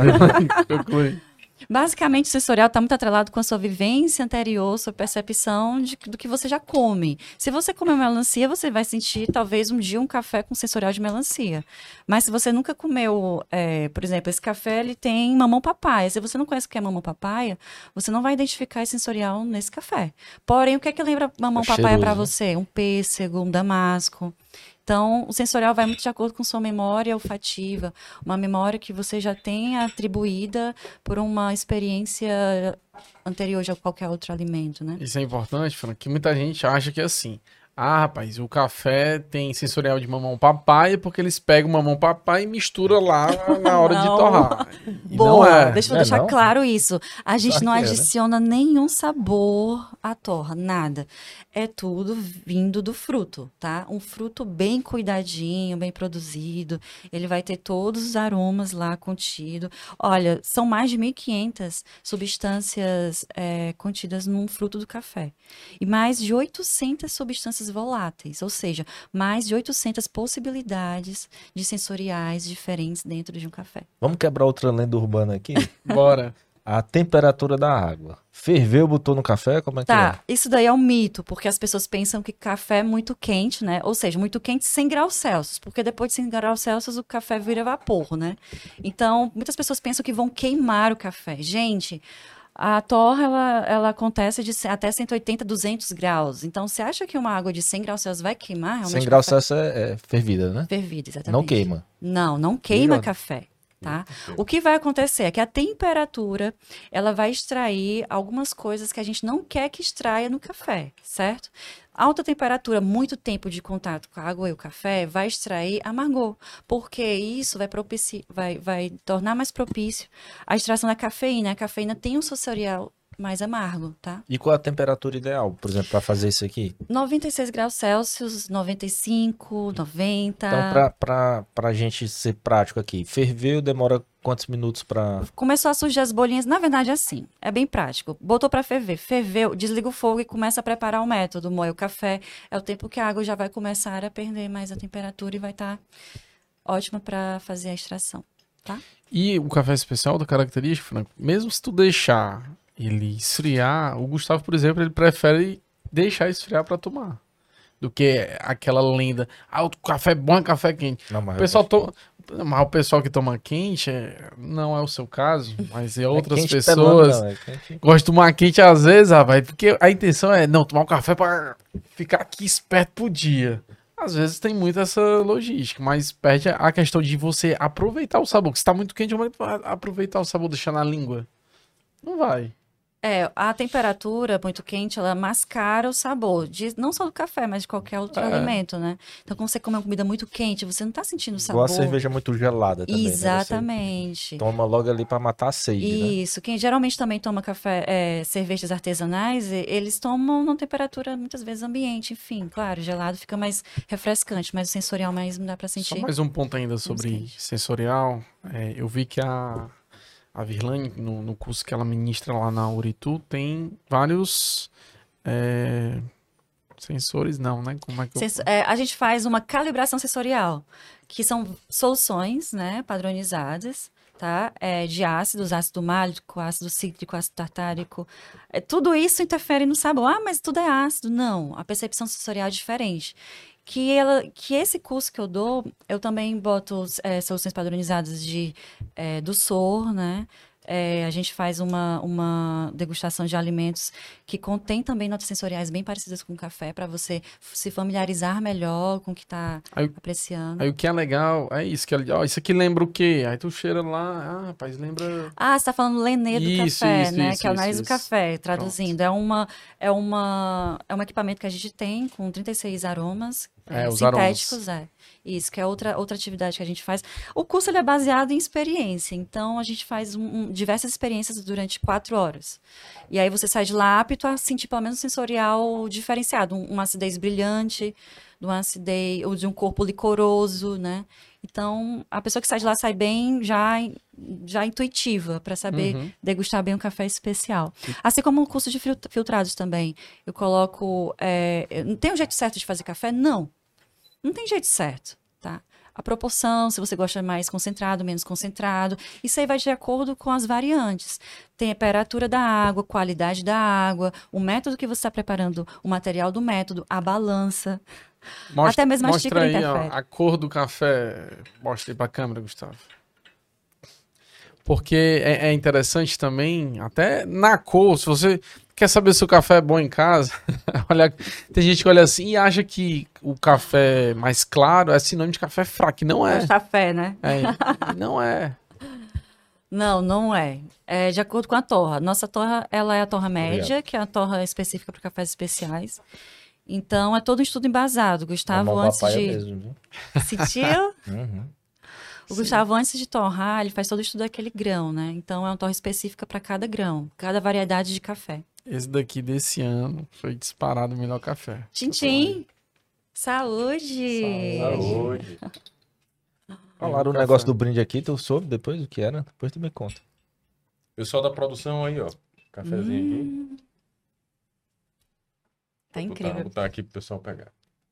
ela concluir. Basicamente, o sensorial está muito atrelado com a sua vivência anterior, sua percepção de, do que você já come. Se você comer melancia, você vai sentir, talvez, um dia um café com sensorial de melancia. Mas se você nunca comeu, é, por exemplo, esse café, ele tem mamão papaya. Se você não conhece o que é mamão papaya, você não vai identificar esse sensorial nesse café. Porém, o que é que lembra mamão É papaya para cheiroso, você? Um pêssego, um damasco. Então, o sensorial vai muito de acordo com sua memória olfativa, uma memória que você já tem atribuída por uma experiência anterior de qualquer outro alimento, né? Isso é importante, Fran, que muita gente acha que é assim. Ah, rapaz, o café tem sensorial de mamão papai porque eles pegam o mamão papai e misturam lá na hora de Não. torrar. E Boa, não é. deixa eu Não é deixar não? claro isso. A gente Claro não que é, né? adiciona nenhum sabor à torra, nada. É tudo vindo do fruto, tá? Um fruto bem cuidadinho, bem produzido. Ele vai ter todos os aromas lá contido. Olha, são mais de mil e quinhentas substâncias é, contidas num fruto do café. E mais de oitocentas substâncias voláteis, ou seja, mais de oitocentas possibilidades de sensoriais diferentes dentro de um café. Vamos quebrar outra lenda urbana aqui? Bora. A temperatura da água. Ferveu, botou no café? Como é que Tá, isso daí é um mito, porque as pessoas pensam que café é muito quente, né? Ou seja, muito quente cem graus Celsius, porque depois de cem graus Celsius o café vira vapor, né? Então, muitas pessoas pensam que vão queimar o café. Gente, a torra, ela, ela acontece de ce- até cento e oitenta, duzentos graus. Então, você acha que uma água de cem graus Celsius vai queimar é? realmente cem graus café? Celsius é, é fervida, né? Fervida, exatamente. Não queima. Não, não queima Melhor. café. Tá? O que vai acontecer é que a temperatura, ela vai extrair algumas coisas que a gente não quer que extraia no café, certo? Alta temperatura, muito tempo de contato com a água e o café vai extrair amargor, porque isso vai, propici... vai, vai tornar mais propício a extração da cafeína. A cafeína tem um sensorial mais amargo, tá? E qual a temperatura ideal, por exemplo, para fazer isso aqui? noventa e seis graus Celsius, noventa e cinco, noventa. Então, pra, pra, pra gente ser prático aqui, ferveu demora quantos minutos pra... Começou a surgir as bolinhas, na verdade é assim, é bem prático. Botou pra ferver, ferveu, desliga o fogo e começa a preparar o método, moe o café. É o tempo que a água já vai começar a perder mais a temperatura e vai estar ótima pra fazer a extração, tá? E o café especial da característica, Franco, mesmo se tu deixar ele esfriar, o Gustavo, por exemplo, ele prefere deixar esfriar pra tomar. Do que aquela lenda, ah, o café bom é café quente. Não, mas O pessoal to... Mas o pessoal que toma quente, é- não é o seu caso, mas é outras quente pessoas pelando, não, é quente- gostam de tomar quente às vezes, rapaz, porque a intenção é, não, tomar um café pra ficar aqui esperto pro dia. Às vezes tem muito essa logística, mas perde a questão de você aproveitar o sabor. Que se tá muito quente, como é que tu vai aproveitar o sabor, deixar na língua? Não vai. É, a temperatura muito quente, ela mascara o sabor, de, não só do café, mas de qualquer outro É. alimento, né? Então, quando você come uma comida muito quente, você não tá sentindo o Igual sabor. a cerveja muito gelada também, né? Você Exatamente. toma logo ali pra matar a sede, né? Isso. Quem geralmente também toma café, é, cervejas artesanais, e- eles tomam numa temperatura muitas vezes ambiente, enfim, claro, gelado fica mais refrescante, mas o sensorial mesmo dá pra Só sentir. mais um ponto ainda sobre quente. sensorial. É, eu vi que a, a Virlane, no, no curso que ela ministra lá na Uritu, tem vários é, sensores, não, né? Como é que eu... Sens- é, a gente faz uma calibração sensorial, que são soluções, né, padronizadas, tá? É, de ácidos, ácido málico, ácido cítrico, ácido tartárico. É, tudo isso interfere no sabor. Ah, mas tudo é ácido. Não, a percepção sensorial é diferente. Que, ela, que esse curso que eu dou, eu também boto é, soluções padronizadas de, é, do S O R, né? É, a gente faz uma, uma degustação de alimentos que contém também notas sensoriais bem parecidas com o café, para você f- se familiarizar melhor com o que está Aí- apreciando. Aí o que é legal é isso, que ele, ó, isso aqui lembra o quê? Aí tu cheira lá, ah, rapaz, lembra... Ah, você está falando Lenê do Isso, café, isso, né? isso, que é o isso, nariz do isso. café, traduzindo. É, uma, é, uma, é um equipamento que a gente tem com trinta e seis aromas É, é, os sintéticos. É. Isso, que é outra, outra atividade que a gente faz. O curso ele é baseado em experiência, então a gente faz um- um- diversas experiências durante quatro horas. E aí você sai de lá apto a sentir pelo menos um sensorial diferenciado, um, uma acidez brilhante, de uma acidez, ou de um corpo licoroso, né? Então, a pessoa que sai de lá sai bem já, já intuitiva, para saber Uhum. degustar bem um café especial. Assim como o curso de fil- filtrados também. Eu coloco. é, eu- não tem um jeito certo de fazer café? Não. Não tem jeito certo, tá? A proporção, se você gosta mais concentrado, menos concentrado, isso aí vai de acordo com as variantes. Temperatura da água, qualidade da água, o método que você está preparando, o material do método, a balança. Mostra, Até mesmo a mostra xícara aí, ó, interfere. a cor do café. Mostra aí pra câmera, Gustavo. Porque é, é interessante também, até na cor, se você quer saber se o café é bom em casa, olha, tem gente que olha assim e acha que o café mais claro é sinônimo de café fraco, e não é. Café, né? É, e não é. Não, não é. É de acordo com a torra. Nossa torra, ela é a torra média, que é a torra específica para cafés especiais. Então, é todo um estudo embasado. Gustavo, Mamão antes papai é de... mesmo, viu? Sentiu? Uhum. O Gustavo, antes de torrar, ele faz todo o estudo daquele grão, né? Então, é uma torra específica para cada grão, cada variedade de café. Esse daqui desse ano foi disparado o melhor café. Tchim-tchim! Saúde! Saúde. Falaram o Café. negócio do brinde aqui, tu soube depois o que era? Depois tu me conta. Pessoal da produção aí, ó. Cafezinho aqui. Tá Vou botar, incrível. botar aqui pro pessoal pegar.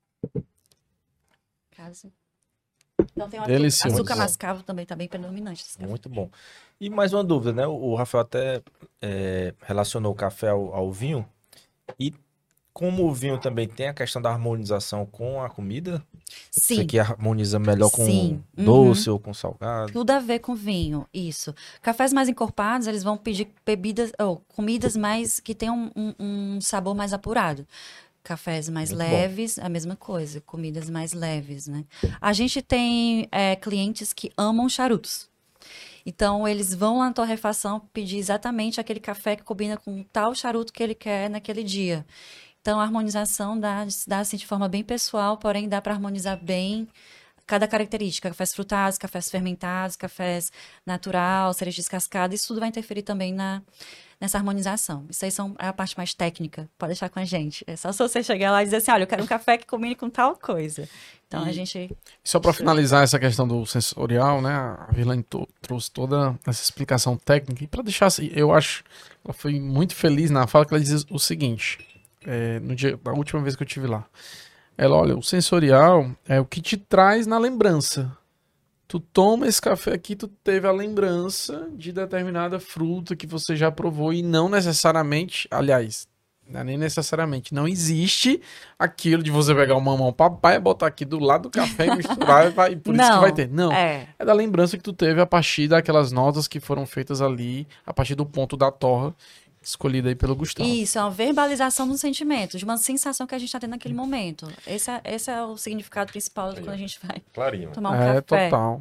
Caso. Então, tem o Delicioso. açúcar mascavo também, tá bem predominante. Esse café. Muito bom. E mais uma dúvida, né? O o Rafael até é, relacionou o café ao, ao vinho. E como o vinho também tem a questão da harmonização com a comida, você Sim. que harmoniza melhor com Sim. Uhum. doce ou com salgado. Tudo a ver com vinho, isso. Cafés mais encorpados, eles vão pedir bebidas, ou comidas mais que tenham um, um sabor mais apurado. Cafés mais Muito bom. leves, a mesma coisa, comidas mais leves, né? A gente tem é, clientes que amam charutos. Então, eles vão lá na torrefação pedir exatamente aquele café que combina com tal charuto que ele quer naquele dia. Então, a harmonização dá, dá assim, de forma bem pessoal, porém dá para harmonizar bem cada característica. Cafés frutados, cafés fermentados, cafés natural, cereja descascada, isso tudo vai interferir também na, nessa harmonização. Isso aí são, é a parte mais técnica, pode deixar com a gente. É só se você chegar lá e dizer assim, olha, eu quero um café que combine com tal coisa. Então, E- a gente... Só para finalizar essa questão do sensorial, né? A Virlane to- trouxe toda essa explicação técnica. E para deixar assim, eu acho, ela foi muito feliz na fala que ela diz o seguinte: é, no dia, da última vez que eu estive lá, ela, olha, o sensorial é o que te traz na lembrança. Tu toma esse café aqui, tu teve a lembrança de determinada fruta que você já provou e não necessariamente, aliás, não é nem necessariamente, não existe aquilo de você pegar o mamão papai, botar aqui do lado do café e misturar e vai, e por isso que Não, vai ter. Não, É, é da lembrança que tu teve a partir daquelas notas que foram feitas ali, a partir do ponto da torra escolhida aí pelo Gustavo. isso, é uma verbalização de um sentimento, de uma sensação que a gente está tendo naquele momento. Esse é, esse é o significado principal de Aí, quando ó. a gente vai Clarinho. tomar um É, café. total.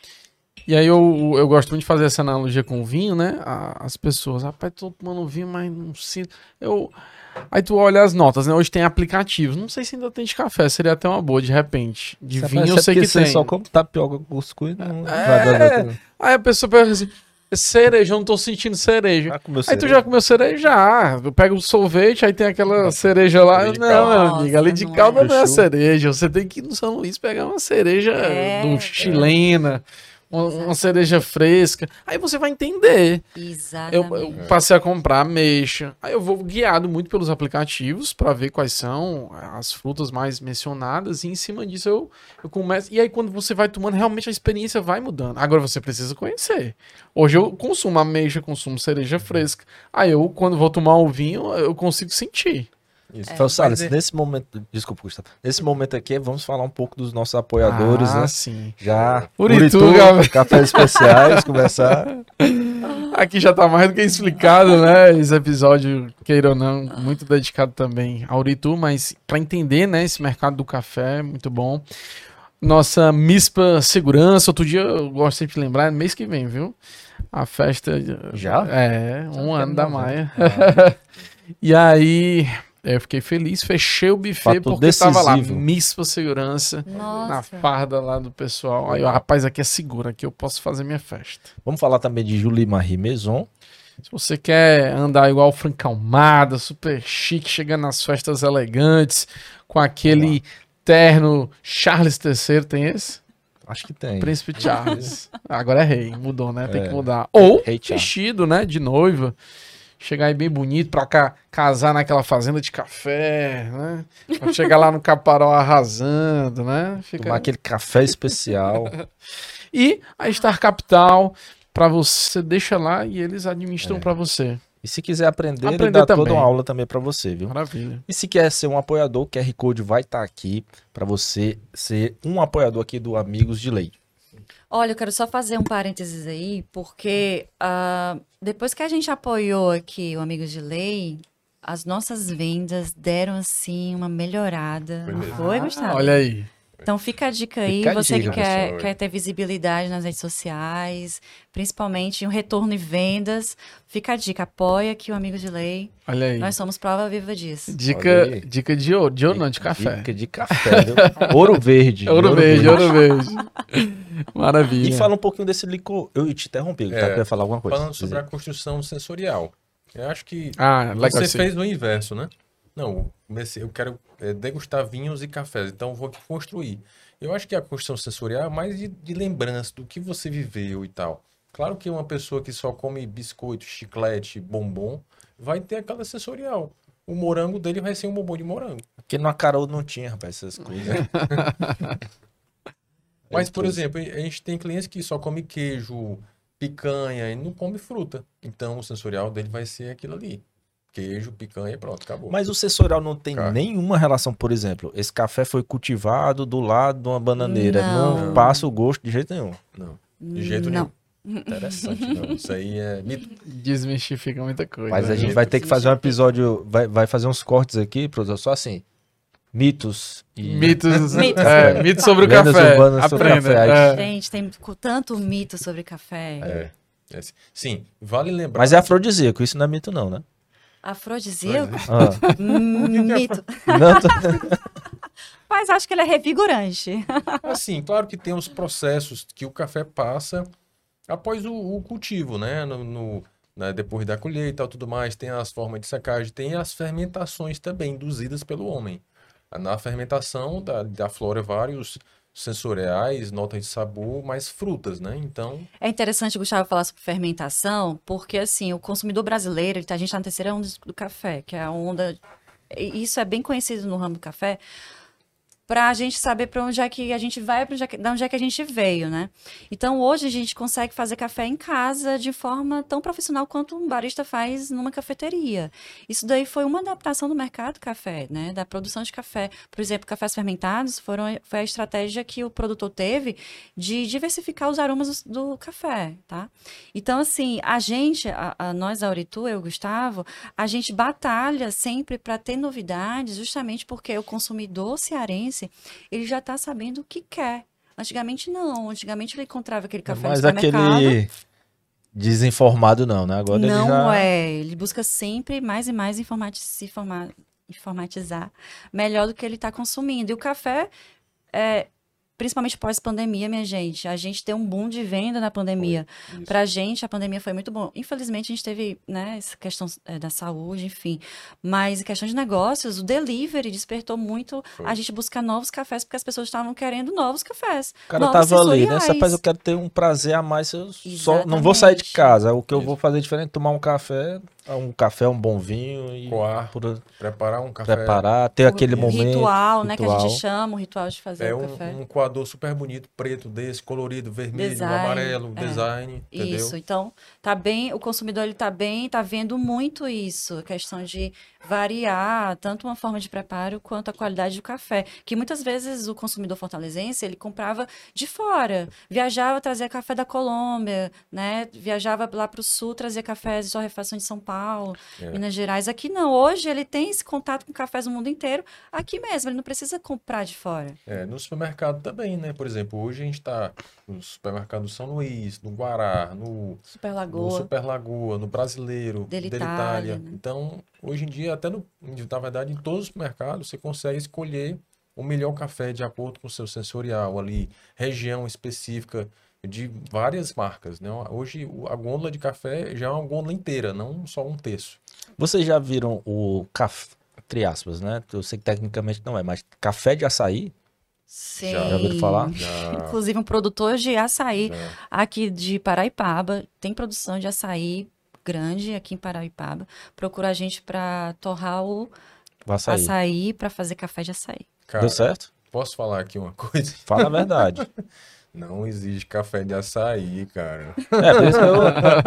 E aí eu, eu gosto muito de fazer essa analogia com o vinho, né? A- As pessoas, rapaz, tô tomando vinho, mas não sinto. Eu... Aí tu olha as notas, né? Hoje tem aplicativos. Não sei se ainda tem de café, seria até uma boa, de repente. De Você vinho eu percebe sei que você tem. só come tapioca com cuscuz, não É. vai dar outra. Aí a pessoa pensa assim, cereja, eu não tô sentindo cereja. Já comeu Aí tu cereja? já comeu cereja? Já. Eu pego o sorvete, aí tem aquela cereja lá. Ali de Não, calda. meu amigo, ali de Nossa, calda não não é é. cereja. Você tem que ir no São Luís pegar uma cereja É, do é. chilena, uma, uma cereja fresca. Aí você vai entender. Eu, Exatamente. eu passei a comprar ameixa. Aí eu vou guiado muito pelos aplicativos para ver quais são as frutas mais mencionadas. E em cima disso eu, eu começo. E aí, quando você vai tomando, realmente a experiência vai mudando. Agora você precisa conhecer. Hoje eu consumo ameixa, consumo cereja fresca. Aí eu, quando vou tomar o vinho, eu consigo sentir. Isso. Então, Salles, Mas é- nesse momento, desculpa, Gustavo, nesse momento aqui, vamos falar um pouco dos nossos apoiadores, ah, né? sim. Já, Uritu, Uritu, Gabi. cafés especiais, começar. Aqui já tá mais do que explicado, né? Esse episódio, queira ou não, muito dedicado também ao Uritu, mas para entender, né, esse mercado do café, muito bom. Nossa MISPA Segurança, outro dia eu gosto sempre de lembrar, é mês que vem, viu? A festa. Já? É, um Não ano quero da não, Maia. Ah, E aí, eu fiquei feliz, fechei o buffet Fato porque tava lá, decisivo. MISPA Segurança, na Nossa. farda lá do pessoal. Aí, ó, rapaz, aqui é seguro, aqui eu posso fazer minha festa. Vamos falar também de Julie Marie Maison. Se você quer andar igual Franca Almada, super chique, chegando nas festas elegantes, com aquele terno Charles terceiro, tem esse? Acho que tem. Príncipe Charles. Agora é rei, mudou, né? Tem É. que mudar. Ou Rei Charles. vestido, né? De noiva. Chegar aí bem bonito pra cá, casar naquela fazenda de café, né? Pra chegar lá no Caparó arrasando, né? Fica... Tomar aquele café especial. E a Star Capital, pra você, deixa lá e eles administram É. pra você. E se quiser aprender, ele Aprender dá toda também. uma aula também pra você, viu? Maravilha. E se quer ser um apoiador, o Q R Code vai estar aqui pra você ser um apoiador aqui do Amigos de Lei. Olha, eu quero só fazer um parênteses aí, porque ah, depois que a gente apoiou aqui o Amigos de Lei, as nossas vendas deram, assim, uma melhorada. Foi Não mesmo. foi, Gustavo? Olha aí. Então fica a dica aí, Fica a você dica, que quer, pessoal. quer ter visibilidade nas redes sociais, principalmente um retorno em vendas, fica a dica, apoia aqui o Amigos de Lei. Olha aí. Nós somos prova viva disso. Olha Dica, aí. dica de ouro, de ouro não, de café. Dica de café, viu? Ouro verde. Ouro verde, ouro verde. Maravilha. E fala um pouquinho desse licor. Eu te interrompi, tá? É, Quer falar alguma coisa? Falando sobre a construção sensorial. Eu acho que Ah, legal. você sim. fez no inverso, né? Não, comecei, eu quero é, degustar vinhos e cafés, então vou aqui construir. Eu acho que a construção sensorial é mais de, de lembrança do que você viveu e tal. Claro que uma pessoa que só come biscoito, chiclete, bombom, vai ter aquela sensorial. O morango dele vai ser um bombom de morango. Porque no Acarol não tinha, rapaz, essas coisas. Mas, por tudo. exemplo, a gente tem clientes que só come queijo, picanha e não come fruta. Então, o sensorial dele vai ser aquilo ali. Queijo, picanha e pronto, acabou. Mas o sensorial não tem Cara. nenhuma relação, por exemplo, esse café foi cultivado do lado de uma bananeira. Não, Não. passa o gosto de jeito nenhum. Não, de jeito Não. nenhum. Interessante. Não, isso aí é mito. Desmistifica muita coisa. Mas a né? gente vai ter que fazer um episódio, vai, vai fazer uns cortes aqui, produtor, só assim. Mitos. E... Mitos, Mitos. é, mitos sobre o Lendas café. urbanas sobre Aprenda. café. é. Gente, tem co- tanto mito sobre café. É. É, sim, vale lembrar. Mas é afrodisíaco, isso não é mito não, né? Afrodisíaco? Ah, Hum, mito. não, tô- Mas acho que ele é revigorante. Assim, claro que tem os processos que o café passa após o, o cultivo, né? No, no- né? Depois da colheita e tal, tudo mais. Tem as formas de secagem, tem as fermentações também induzidas pelo homem. Na fermentação da, da flora, vários sensoriais, notas de sabor, mais frutas, né? Então, É interessante, Gustavo, falar sobre fermentação, porque assim, o consumidor brasileiro, ele tá- a gente está na terceira onda do café, que é a onda. e Isso é bem conhecido no ramo do café, para a gente saber para onde é que a gente vai, para onde é que, de onde é que a gente veio, né? Então, hoje a gente consegue fazer café em casa de forma tão profissional quanto um barista faz numa cafeteria. Isso daí foi uma adaptação do mercado do café, né? Da produção de café. Por exemplo, cafés fermentados foram, foi a estratégia que o produtor teve de diversificar os aromas do, do café, tá? Então, assim, a gente, a, a nós, a Auritu, eu, Gustavo, a gente batalha sempre para ter novidades, justamente porque o consumidor cearense ele já está sabendo o que quer. Antigamente não. Antigamente ele encontrava aquele café no mas supermercado. aquele desinformado não, né? Agora Não ele já... é. Ele busca sempre mais e mais informati se informa informatizar melhor do que ele está consumindo. E o café, é, principalmente pós-pandemia, minha gente, a gente tem um boom de venda na pandemia. Para a gente, a pandemia foi muito bom. Infelizmente, a gente teve, né, essa questão é, da saúde, enfim. Mas em questão de negócios, o delivery despertou muito Foi. a gente buscar novos cafés, porque as pessoas estavam querendo novos cafés. O cara novos tava ali, né? sensoriais. Rapaz, eu quero ter um prazer a mais, eu só não vou sair de Exatamente. casa. O que eu Isso. vou fazer diferente é tomar um café, um café, um bom vinho e coar, por- preparar um café. preparar, ter O aquele momento. ritual, né, que a ritual. gente chama, o ritual de fazer É o um, café. um coador super bonito, preto desse, colorido, vermelho, Design, amarelo, é. design, entendeu? Isso, então tá bem, o consumidor ele tá bem, tá vendo muito isso, a questão de variar tanto uma forma de preparo quanto a qualidade do café, que muitas vezes o consumidor fortalezense, ele comprava de fora, viajava, trazia café da Colômbia, né, viajava lá para o sul, trazia cafés de torrefação de São Paulo, É. Minas Gerais, aqui não, hoje ele tem esse contato com cafés do mundo inteiro, aqui mesmo, ele não precisa comprar de fora. É, no supermercado também, né? Por exemplo, hoje a gente está no supermercado do São Luís, no Guará, no, Super no Lagoa. Super Lagoa, no Brasileiro, Delitália, né? Então, hoje em dia, até no, na verdade, em todos os mercados, você consegue escolher o melhor café de acordo com o seu sensorial ali, região específica de várias marcas, né? Hoje o- a gôndola de café já é uma gôndola inteira, não só um terço. Vocês já viram o café, entre aspas, né? Eu sei que tecnicamente não é, mas café de açaí? Sim. Já ouviram falar? Já, Inclusive, um produtor de açaí já. aqui de Paraipaba, tem produção de açaí grande aqui em Paraipaba. Procura a gente para torrar o O açaí. açaí para fazer café de açaí. Cara, Deu certo? posso falar aqui uma coisa? Fala a verdade. Não existe café de açaí, cara. É, por isso que eu,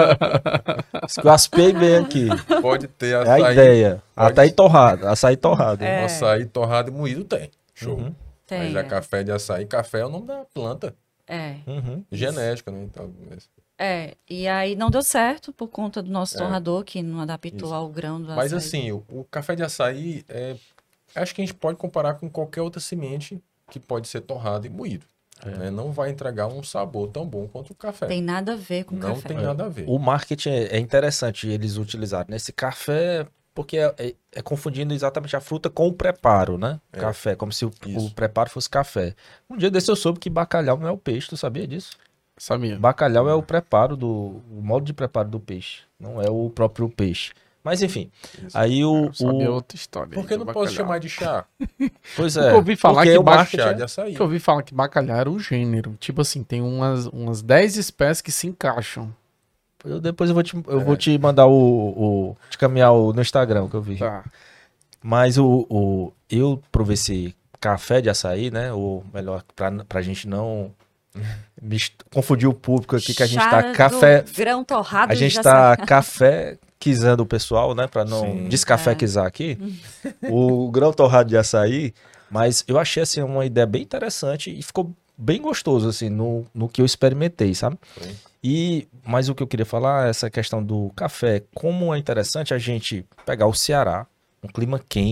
isso que eu aspei bem aqui. Pode ter É a açaí. ideia. pode- Açaí torrado. Açaí torrado. É. Açaí torrado e moído tem. Show. Uhum. Tem. Mas a café de açaí, café é o nome da planta. É. Uhum. Genética, né? Então, mas- É. E aí não deu certo por conta do nosso É. torrador, que não adaptou Isso. ao grão do Mas açaí. assim, o, o café de açaí, é, acho que a gente pode comparar com qualquer outra semente que pode ser torrado e moído. Né? Não vai entregar um sabor tão bom quanto o café. Tem nada a ver com Não café. tem nada a ver. O marketing é é interessante eles utilizarem nesse café, porque é, é- é confundindo exatamente a fruta com o preparo, né? É. Café, como se o, o Isso. preparo fosse café. Um dia desse eu soube que bacalhau não é o peixe, tu sabia disso? Sabia. Bacalhau é o preparo do, o modo de preparo do peixe, não é o próprio peixe. Mas enfim, Isso. aí o, Eu sabia o outra história. Por aí que do não posso bacalhau. chamar de chá? pois Porque é, eu ouvi falar porque que o marketing Chá é- de açaí. Que eu ouvi falar que bacalhau era um gênero. Tipo assim, tem umas, umas dez espécies que se encaixam. eu- depois eu vou te, eu É. vou te mandar o, o te caminhar o, no Instagram que eu vi. Tá. Mas o, o eu provei esse café de açaí, né? Ou melhor, pra, pra gente não mis- confundir o público aqui, que a gente Chá tá do café. grão torrado A de gente açaí. tá caféquizando o pessoal, né? Pra não Sim. descaféquizar aqui. O grão torrado de açaí. Mas eu achei assim uma ideia bem interessante e ficou bem gostoso, assim, no, no que eu experimentei, sabe? Foi. E, mas o que eu queria falar é essa questão do café. Como é interessante a gente pegar o Ceará, um clima quente,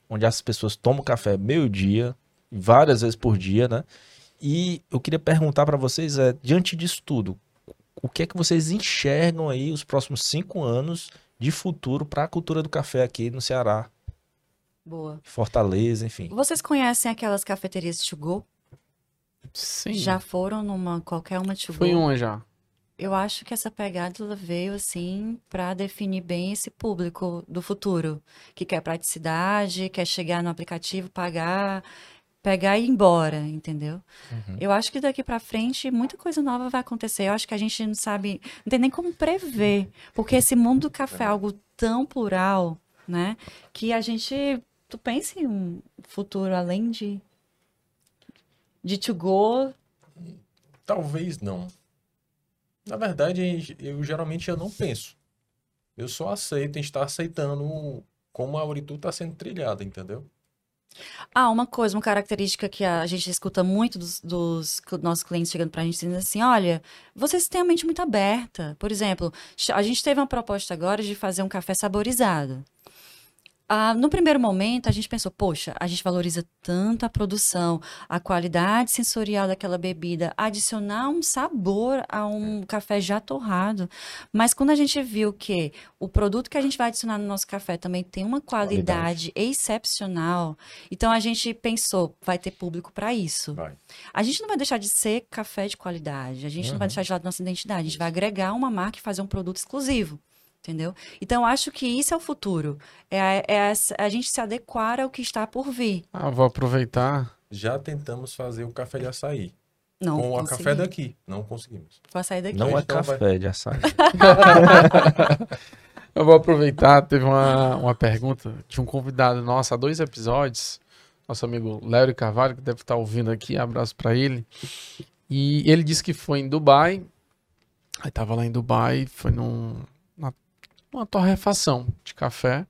onde as pessoas tomam café meio-dia, várias vezes por dia, né? E eu queria perguntar para vocês, é, diante disso tudo, o que é que vocês enxergam aí os próximos cinco anos de futuro para a cultura do café aqui no Ceará, Boa. Fortaleza, enfim. Vocês conhecem aquelas cafeterias to go? Sim. Já foram numa qualquer uma to go? Foi uma já. Eu acho que essa pegada ela veio assim para definir bem esse público do futuro, que quer praticidade, quer chegar no aplicativo, pagar, pegar e ir embora, entendeu? Uhum. Eu acho que daqui para frente muita coisa nova vai acontecer. Eu acho que a gente não sabe, não tem nem como prever, porque esse mundo do café é algo tão plural, né? Que a gente, tu pensa em um futuro além de de to go. Talvez não. Na verdade, eu geralmente eu não penso. Eu só aceito, a gente está aceitando como a Uritu está sendo trilhada, entendeu? Ah, uma coisa, uma característica que a gente escuta muito dos, dos cl- nossos clientes chegando pra gente dizendo assim, olha, vocês têm a mente muito aberta. Por exemplo, ch- a gente teve uma proposta agora de fazer um café saborizado. Ah, no primeiro momento, a gente pensou, poxa, a gente valoriza tanto a produção, a qualidade sensorial daquela bebida, adicionar um sabor a um café já torrado. Mas quando a gente viu que o produto que a gente vai adicionar no nosso café também tem uma qualidade excepcional, então a gente pensou, vai ter público para isso. Vai. A gente não vai deixar de ser café de qualidade, a gente não vai Uhum. deixar de lado nossa identidade, a gente vai agregar uma marca e fazer um produto exclusivo. Entendeu? Então, eu acho que isso é o futuro. É, a- é essa- a gente se adequar ao que está por vir. Ah, vou aproveitar. Já tentamos fazer o café de açaí. Não com a consegui. café daqui. Não conseguimos. Vou sair daqui. Não é Então vai- café de açaí. Eu vou aproveitar, teve uma, uma pergunta de um convidado nosso há dois episódios, nosso amigo Léo Carvalho, que deve estar ouvindo aqui, abraço pra ele. E ele disse que foi em Dubai, aí tava lá em Dubai, foi num, na- numa torrefação de café,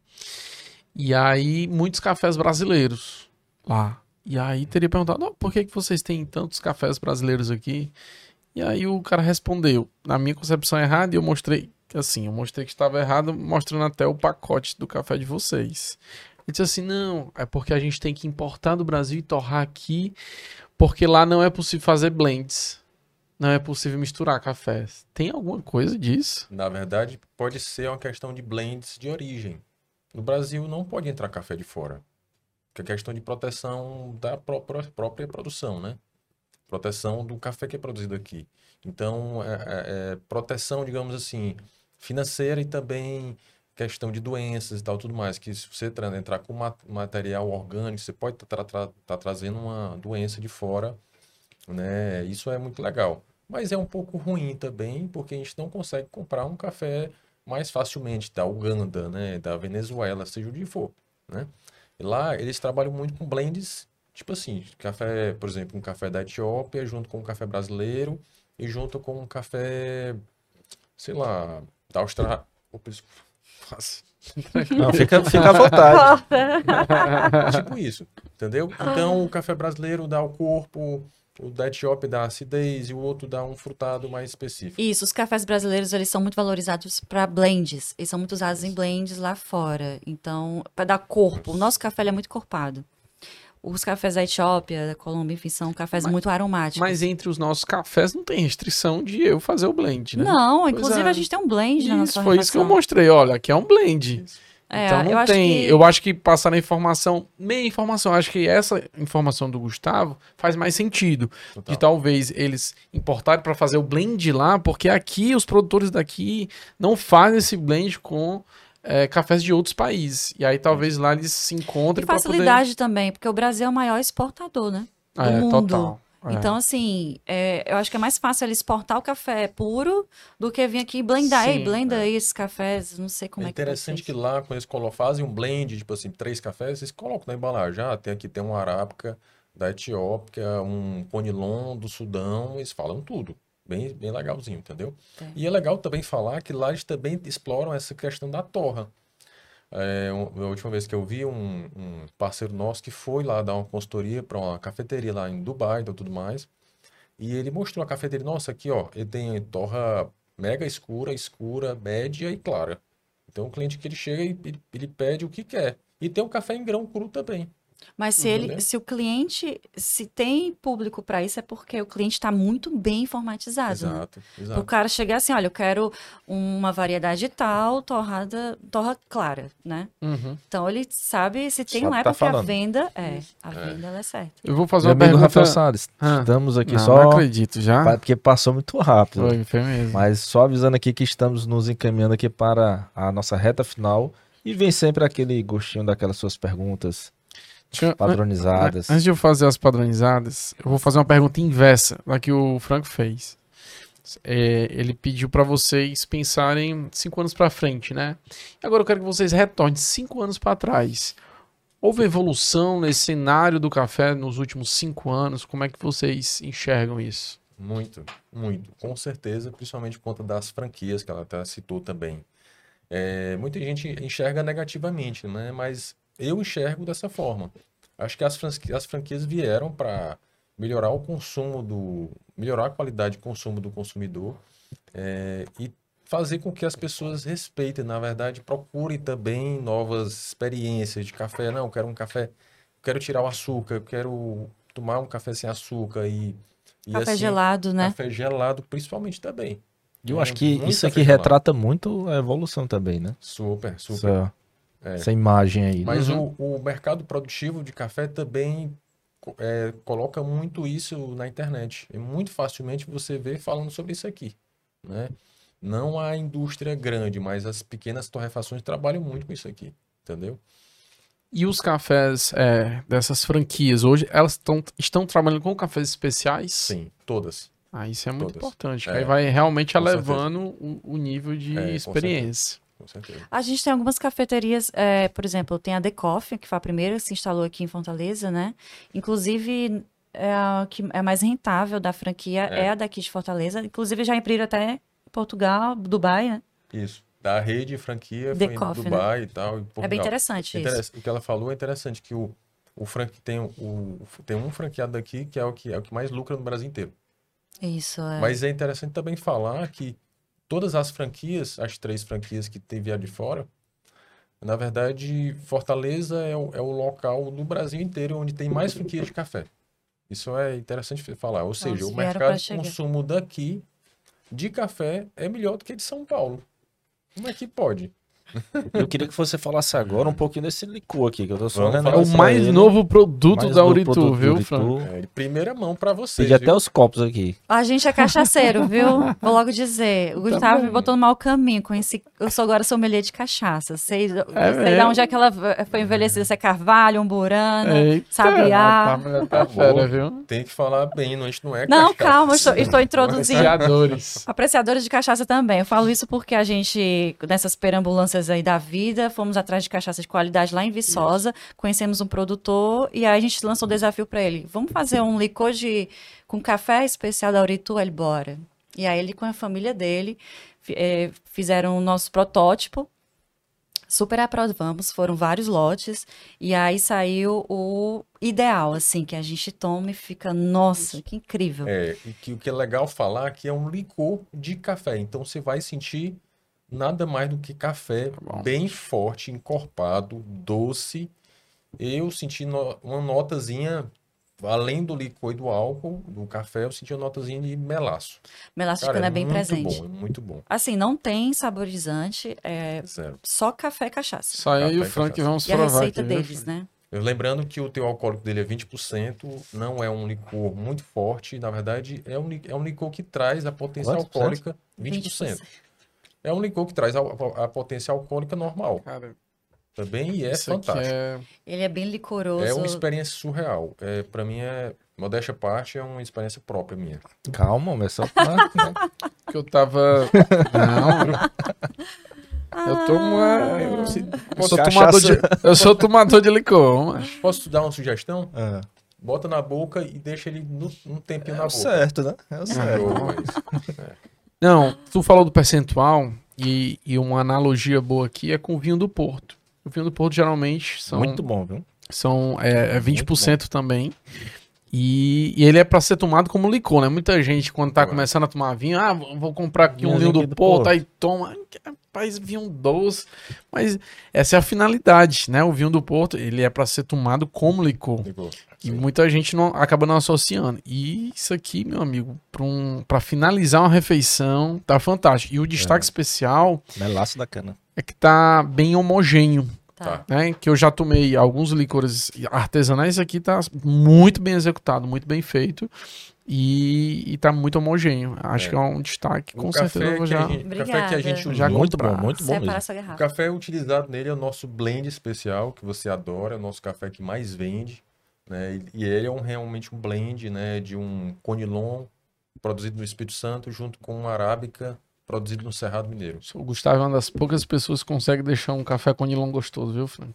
e aí muitos cafés brasileiros lá. E aí teria perguntado, "Ó, por que que vocês têm tantos cafés brasileiros aqui?" E aí o cara respondeu, na minha concepção errada, e eu mostrei, assim, eu mostrei que estava errado, mostrando até o pacote do café de vocês. Ele disse assim, não, é porque a gente tem que importar do Brasil e torrar aqui, porque lá não é possível fazer blends. Não é possível misturar cafés. Tem alguma coisa disso? Na verdade, pode ser uma questão de blends de origem. No Brasil não pode entrar café de fora. Que é questão de proteção da pró- pró- própria produção, né? Proteção do café que é produzido aqui. Então, é, é- é proteção, digamos assim, financeira e também questão de doenças e tal, tudo mais. Que se você tra- entrar com ma- material orgânico, você pode estar trazendo uma doença de fora, né? Isso é muito legal. Mas é um pouco ruim também, porque a gente não consegue comprar um café mais facilmente da Uganda, né? Da Venezuela, seja onde for, né? E lá eles trabalham muito com blends, tipo assim, café, por exemplo, um café da Etiópia junto com um café brasileiro e junto com um café, sei lá, da Austrália. Opa, desculpa. Nossa. Não, fica, fica à vontade. Tipo isso, entendeu? Então o café brasileiro dá o corpo, o da Etiópia dá acidez e o outro dá um frutado mais específico. Isso, os cafés brasileiros, eles são muito valorizados para blends. Eles são muito usados em blends lá fora. Então, para dar corpo. O nosso café ele é muito corpado. Os cafés da Etiópia, da Colômbia, enfim, são cafés Mas- muito aromáticos. Mas entre os nossos cafés não tem restrição de eu fazer o blend, né? Não, Pois inclusive é. a gente tem um blend na nossa Isso, foi isso que eu torrefação. mostrei. Olha, aqui é um blend. É, Então não eu acho tem. que- Eu acho que passar a informação, meia informação, acho que essa informação do Gustavo faz mais sentido. Total. De talvez eles importarem para fazer o blend lá, porque aqui os produtores daqui não fazem esse blend com é, cafés de outros países. E aí talvez lá eles se E encontrem para poder. facilidade também, porque o Brasil é o maior exportador, né? Do É, mundo. total. É. Então, assim, é, eu acho que é mais fácil ele exportar o café puro do que vir aqui e blendar. Sim, Ei, blenda é. aí esses cafés, não sei como É é, que pode interessante ser que isso. lá, quando eles colo- fazem um blend, tipo assim, três cafés, eles colocam na embalagem. Ah, tem aqui, tem um arábica da Etiópia, um conilon do Sudão, eles falam tudo. Bem, bem legalzinho, entendeu? É. E é legal também falar que lá eles também exploram essa questão da torra. É, um- a última vez que eu vi um, um parceiro nosso que foi lá dar uma consultoria para uma cafeteria lá em Dubai e tudo mais. E ele mostrou a cafeteria. Nossa, aqui ó, ele tem torra mega escura, escura, média e clara. Então o cliente que ele chega e ele, ele pede o que quer. E tem o café em grão cru também. Mas se, ele, Entendeu? se o cliente, se tem público para isso, é porque o cliente está muito bem informatizado, né? Exato, O exato. cara chegar assim, olha, eu quero uma variedade tal, torrada, torra clara, né? Uhum. Então ele sabe se tem Sabe um o que é tá porque a falando. venda é, a É. venda ela é certa. Eu vou fazer Meu uma amigo pergunta... Rafael Salles, Ah. estamos aqui Não, só... não acredito, já? pa- Porque passou muito rápido. Foi, foi mesmo. Mas só avisando aqui que estamos nos encaminhando aqui para a nossa reta final. E vem sempre aquele gostinho daquelas suas perguntas Deixa eu- padronizadas. Antes de eu fazer as padronizadas, eu vou fazer uma pergunta inversa da que o Franco fez. É, ele pediu para vocês pensarem cinco anos para frente, né? E agora eu quero que vocês retornem cinco anos para trás. Houve evolução nesse cenário do café nos últimos cinco anos? Como é que vocês enxergam isso? Muito, muito. Com certeza, principalmente por conta das franquias que ela até citou também. É, muita gente enxerga negativamente, né? Mas eu enxergo dessa forma. Acho que as, franqui- as franquias vieram para melhorar o consumo do, melhorar a qualidade de consumo do consumidor, é, e fazer com que as pessoas respeitem, na verdade, procurem também novas experiências de café. Não, eu quero um café, quero tirar o açúcar, eu quero tomar um café sem açúcar e, e Café assim, gelado, né? café gelado principalmente também. E eu É, acho que muito isso aqui café gelado. retrata muito a evolução também, né? Super, super. Essa, É. essa imagem aí. né? Mas Uhum. o, o mercado produtivo de café também é, coloca muito isso na internet. E muito facilmente você vê falando sobre isso aqui, né? Não a indústria grande, mas as pequenas torrefações trabalham muito com isso aqui, entendeu? E os cafés é, dessas franquias, hoje, elas tão, estão trabalhando com cafés especiais? Sim, todas. Ah, isso é muito Todas. importante. que É, aí vai realmente com elevando o, o nível de É, com experiência. Com certeza. A gente tem algumas cafeterias, é, por exemplo, tem a The Coffee, que foi a primeira que se instalou aqui em Fortaleza, né? Inclusive, é a que é mais rentável da franquia, é, É. a daqui de Fortaleza. Inclusive, já abriram até em Portugal, Dubai, né? Isso. Da rede franquia The foi em Coffee, né? Dubai e tal. Em É bem Portugal. interessante isso. Interessa- O que ela falou é interessante, que o, o franque tem, o, o- tem um franqueado aqui que é o que, é o que mais lucra no Brasil inteiro. Isso, é. Mas é interessante também falar que todas as franquias, as três franquias que tem viado de fora, na verdade, Fortaleza é o, é o local no Brasil inteiro onde tem mais franquias de café. Isso é interessante falar. Ou seja, Elas o vieram mercado pra de chegar. consumo daqui de café é melhor do que de São Paulo. Como é que pode? Eu queria que você falasse agora um pouquinho desse licor aqui, que eu tô só Vamos olhando falar É o pra mais ele. novo produto Mais da novo Uritu, produto do viu, Uritu. Franco? É, de primeira mão para vocês, Pedi até viu? os copos aqui. A gente é cachaceiro, viu? Vou logo dizer. O Gustavo me botou no mau caminho. Conheci, eu sou agora sommelier de cachaça. Sei, sei mesmo? de onde é que ela foi envelhecida. Se é Carvalho, Umburana, Eita, Sabiá. Tá, mulher tá Tá fera, bom. viu? Tem que falar bem, não, a gente não é Não, cachaça. calma, eu estou, estou introduzindo. Apreciadores. Apreciadores de cachaça também. Eu falo isso porque a gente, nessas perambulâncias aí da vida, fomos atrás de cachaça de qualidade lá em Viçosa, conhecemos um produtor e aí a gente lançou o desafio para ele. Vamos fazer um licor de, com café especial da Uritu? Ele, bora. E aí ele com a família dele fi- eh, fizeram o nosso protótipo. Super aprovamos, foram vários lotes, e aí saiu o ideal, assim, que a gente toma e fica, nossa, que incrível. É, e que o que é legal falar é que é um licor de café. Então você vai sentir nada mais do que café bom. bem forte, encorpado, doce. Eu senti no- uma notazinha, além do licor e do álcool, do café, eu senti uma notazinha de melaço. Melaço de Cara, cana é bem muito presente. bom, é muito bom. Assim, não tem saborizante, é Sério. só café e cachaça. Só eu e o Café e Frank cachaça. vamos E a provar receita aqui, viu, deles, Frank? né? Eu lembrando que o teu alcoólico dele é vinte por cento, não é um licor muito forte, na verdade é um, li- é um licor que traz a potência Quantos por cento? alcoólica vinte por cento. É um licor que traz a, a- a potência alcoólica normal Cara, também e é isso aqui fantástico. é... Ele é bem licoroso. É uma experiência surreal. É, para mim é, modéstia à parte, é uma experiência própria minha. Calma, mas só pra, né? que eu tava... Não, eu tô uma... Eu, Ah. eu sou Cachaça. tomador de... Eu sou tomador de licor, mas... Posso te dar uma sugestão? Ah, Bota na boca e deixa ele no, um tempinho é na o boca. certo, né? É o certo. Show, mas- Não, tu falou do percentual e, e uma analogia boa aqui é com o vinho do Porto. O vinho do Porto geralmente são, Muito bom, viu? são é, é vinte por cento também. E, e ele é pra ser tomado como licor, né? Muita gente, quando tá Ué. começando a tomar vinho, ah, vou vou comprar aqui um Vinhozinho vinho do, aqui do Porto, Porto. aí toma. Ai, rapaz, vinho doce. Mas essa é a finalidade, né? O vinho do Porto, ele é pra ser tomado como licor. Ficou. E muita gente não, acaba não associando. E isso aqui, meu amigo, pra, um, pra finalizar uma refeição, tá fantástico. E o destaque especial Melaço da cana. é que tá bem homogêneo. Tá. Né, que eu já tomei alguns licores artesanais, esse aqui tá muito bem executado, muito bem feito e, e tá muito homogêneo. Acho É. que é um destaque, com O certeza eu café, vou que a já... gente, o café que a Obrigada. gente usou, Já Muito comprar. bom, muito bom Separa mesmo. sua o garrafa. café utilizado nele é o nosso blend especial, que você adora, é o nosso café que mais vende, né? E e ele é um, realmente um blend, né, de um conilon produzido no Espírito Santo junto com uma arábica produzido no Cerrado Mineiro. O Gustavo é uma das poucas pessoas que consegue deixar um café com nilon gostoso, viu, Franco?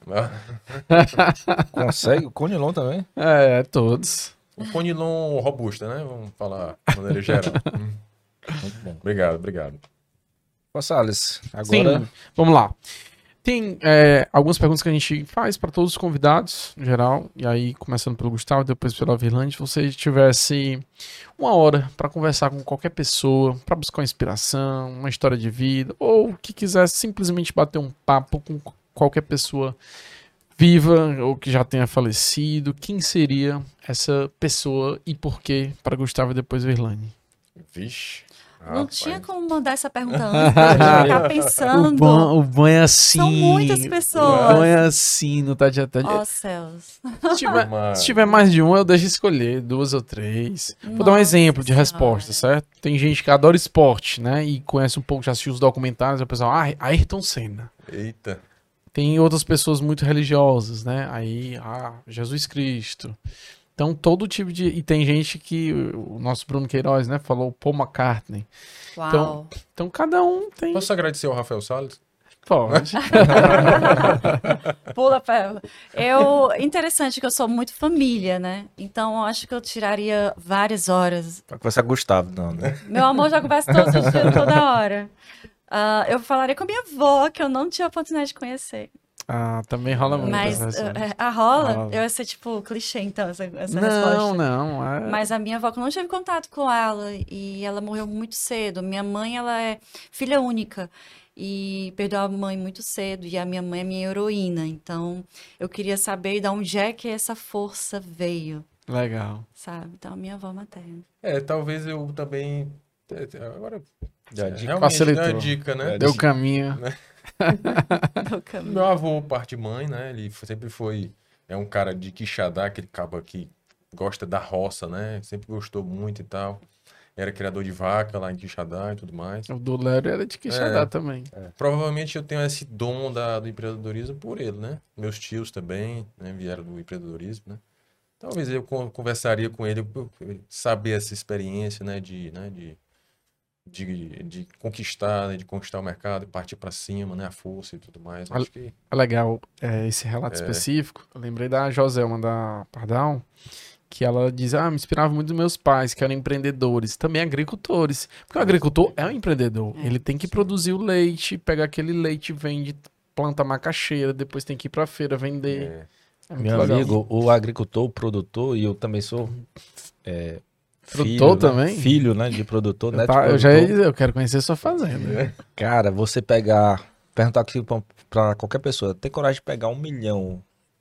Consegue? O Conilon também? É, todos. O conilon robusta, né? Vamos falar de maneira geral. Hum. Muito bom. Obrigado, obrigado. Ô, Salles, agora... Sim, vamos lá. Tem é, algumas perguntas que a gente faz para todos os convidados, em geral, e aí começando pelo Gustavo, depois pela Virlande, se você tivesse uma hora para conversar com qualquer pessoa, para buscar uma inspiração, uma história de vida, ou que quisesse simplesmente bater um papo com qualquer pessoa viva ou que já tenha falecido, quem seria essa pessoa e por quê para Gustavo e depois Virlande? Vixe. Não rapaz. tinha como mandar essa pergunta antes, pra gente ficar O pensando. bom, o bom é assim. São muitas O pessoas. bom é assim, não tá de... Tá de... Ó céus. Se tiver, Mas- se tiver mais de um, eu deixo escolher, duas ou três. Vou dar um Nossa exemplo de Senhora. resposta, certo? Tem gente que adora esporte, né? E conhece um pouco, já assistiu os documentários, o pessoal, ah, Ayrton Senna. Eita. Tem outras pessoas muito religiosas, né? Aí, ah, Jesus Cristo. Então, todo tipo de... E tem gente que, o nosso Bruno Queiroz, né? Falou Paul McCartney. Uau. Então- Então, cada um tem... Posso agradecer ao Rafael Salles? Pode. Pula, Pela. Eu, interessante que eu sou muito família, né? Então, eu acho que eu tiraria várias horas. Pra conversar com o Gustavo, não, né? Meu amor já conversa todos os dias, toda hora. Ah, eu falaria com a minha avó, que eu não tive a oportunidade de conhecer. Ah, também rola muito. Mas essa versão. eh, a rola, Rola. eu ia ser tipo clichê, então, essa, essa Não, resposta. não. É... Mas a minha avó, que eu não tive contato com ela, e ela morreu muito cedo. Minha mãe, ela é filha única, e perdeu a mãe muito cedo, e a minha mãe é minha heroína. Então, eu queria saber de onde é que essa força veio, Legal. sabe? Então, a minha avó materna. É, talvez eu também. Agora. Já é, dica. realmente Facilitou. deu uma dica, né? Deu caminho. Meu caminho. Meu avô, parte de mãe, né? Ele sempre foi. É um cara de Quixadá, aquele cabo que gosta da roça, né? Sempre gostou muito e tal. Era criador de vaca lá em Quixadá e tudo mais. O do Lério era de Quixadá É. também. Provavelmente eu tenho esse dom da, do empreendedorismo por ele, né? Meus tios também, né, vieram do empreendedorismo, né? Talvez eu con- conversaria com ele, eu- eu saber essa experiência, né, de, né, de, de, de conquistar, né, de conquistar o mercado, partir para cima, né, a força e tudo mais. Olha- Acho que É legal é, esse relato É. específico. Eu lembrei da Joselma da Pardal, que ela diz, ah, me inspirava muito dos meus pais, que eram empreendedores, também agricultores. Porque o agricultor é um empreendedor. É, Ele tem que produzir o leite, pegar aquele leite, vende, planta macaxeira, depois tem que ir pra feira vender. é, É muito Meu legal. amigo, o agricultor, o produtor, e eu também sou é, Produtor filho, também? Né? Filho, né, de produtor, Eu, né? tá- eu já ia dizer, eu quero conhecer sua fazenda. Cara, você pegar, perguntar aqui pra, pra qualquer pessoa, tem coragem de pegar um milhão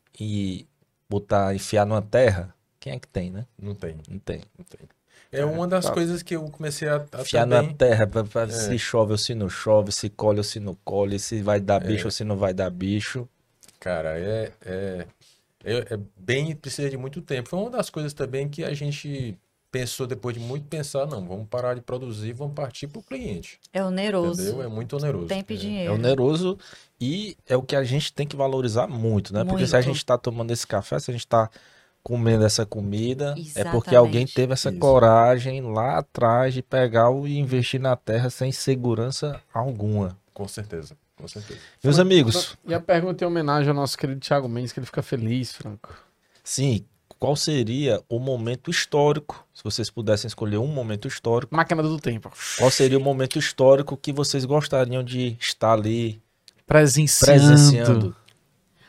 e botar, enfiar numa terra? Quem é que tem, né? não tem, Não tem. não tem. É uma das tá. coisas que eu comecei a, a Enfiar também... numa terra, pra, pra- É. se chove ou se não chove, se colhe ou se não colhe, se vai dar bicho ou se não vai dar bicho. Cara, é, é, é, é bem, precisa de muito tempo. Foi uma das coisas também que a gente pensou, depois de muito pensar, não, vamos parar de produzir, vamos partir para o cliente, É oneroso. entendeu? É muito oneroso. Tempo e É. É dinheiro. oneroso e é o que a gente tem que valorizar muito, né? Porque se a Muito. gente tá tomando esse café, se a gente tá comendo essa comida, é porque Exatamente. alguém teve essa Isso. coragem lá atrás de pegar o- e investir na terra sem segurança alguma. Com certeza, com certeza. Meus amigos, E a pergunta em homenagem ao nosso querido Thiago Mendes, que ele fica feliz, Franco. sim, qual seria o momento histórico, se vocês pudessem escolher um momento histórico, Máquina do tempo. qual seria o momento histórico que vocês gostariam de estar ali Presenciando. presenciando?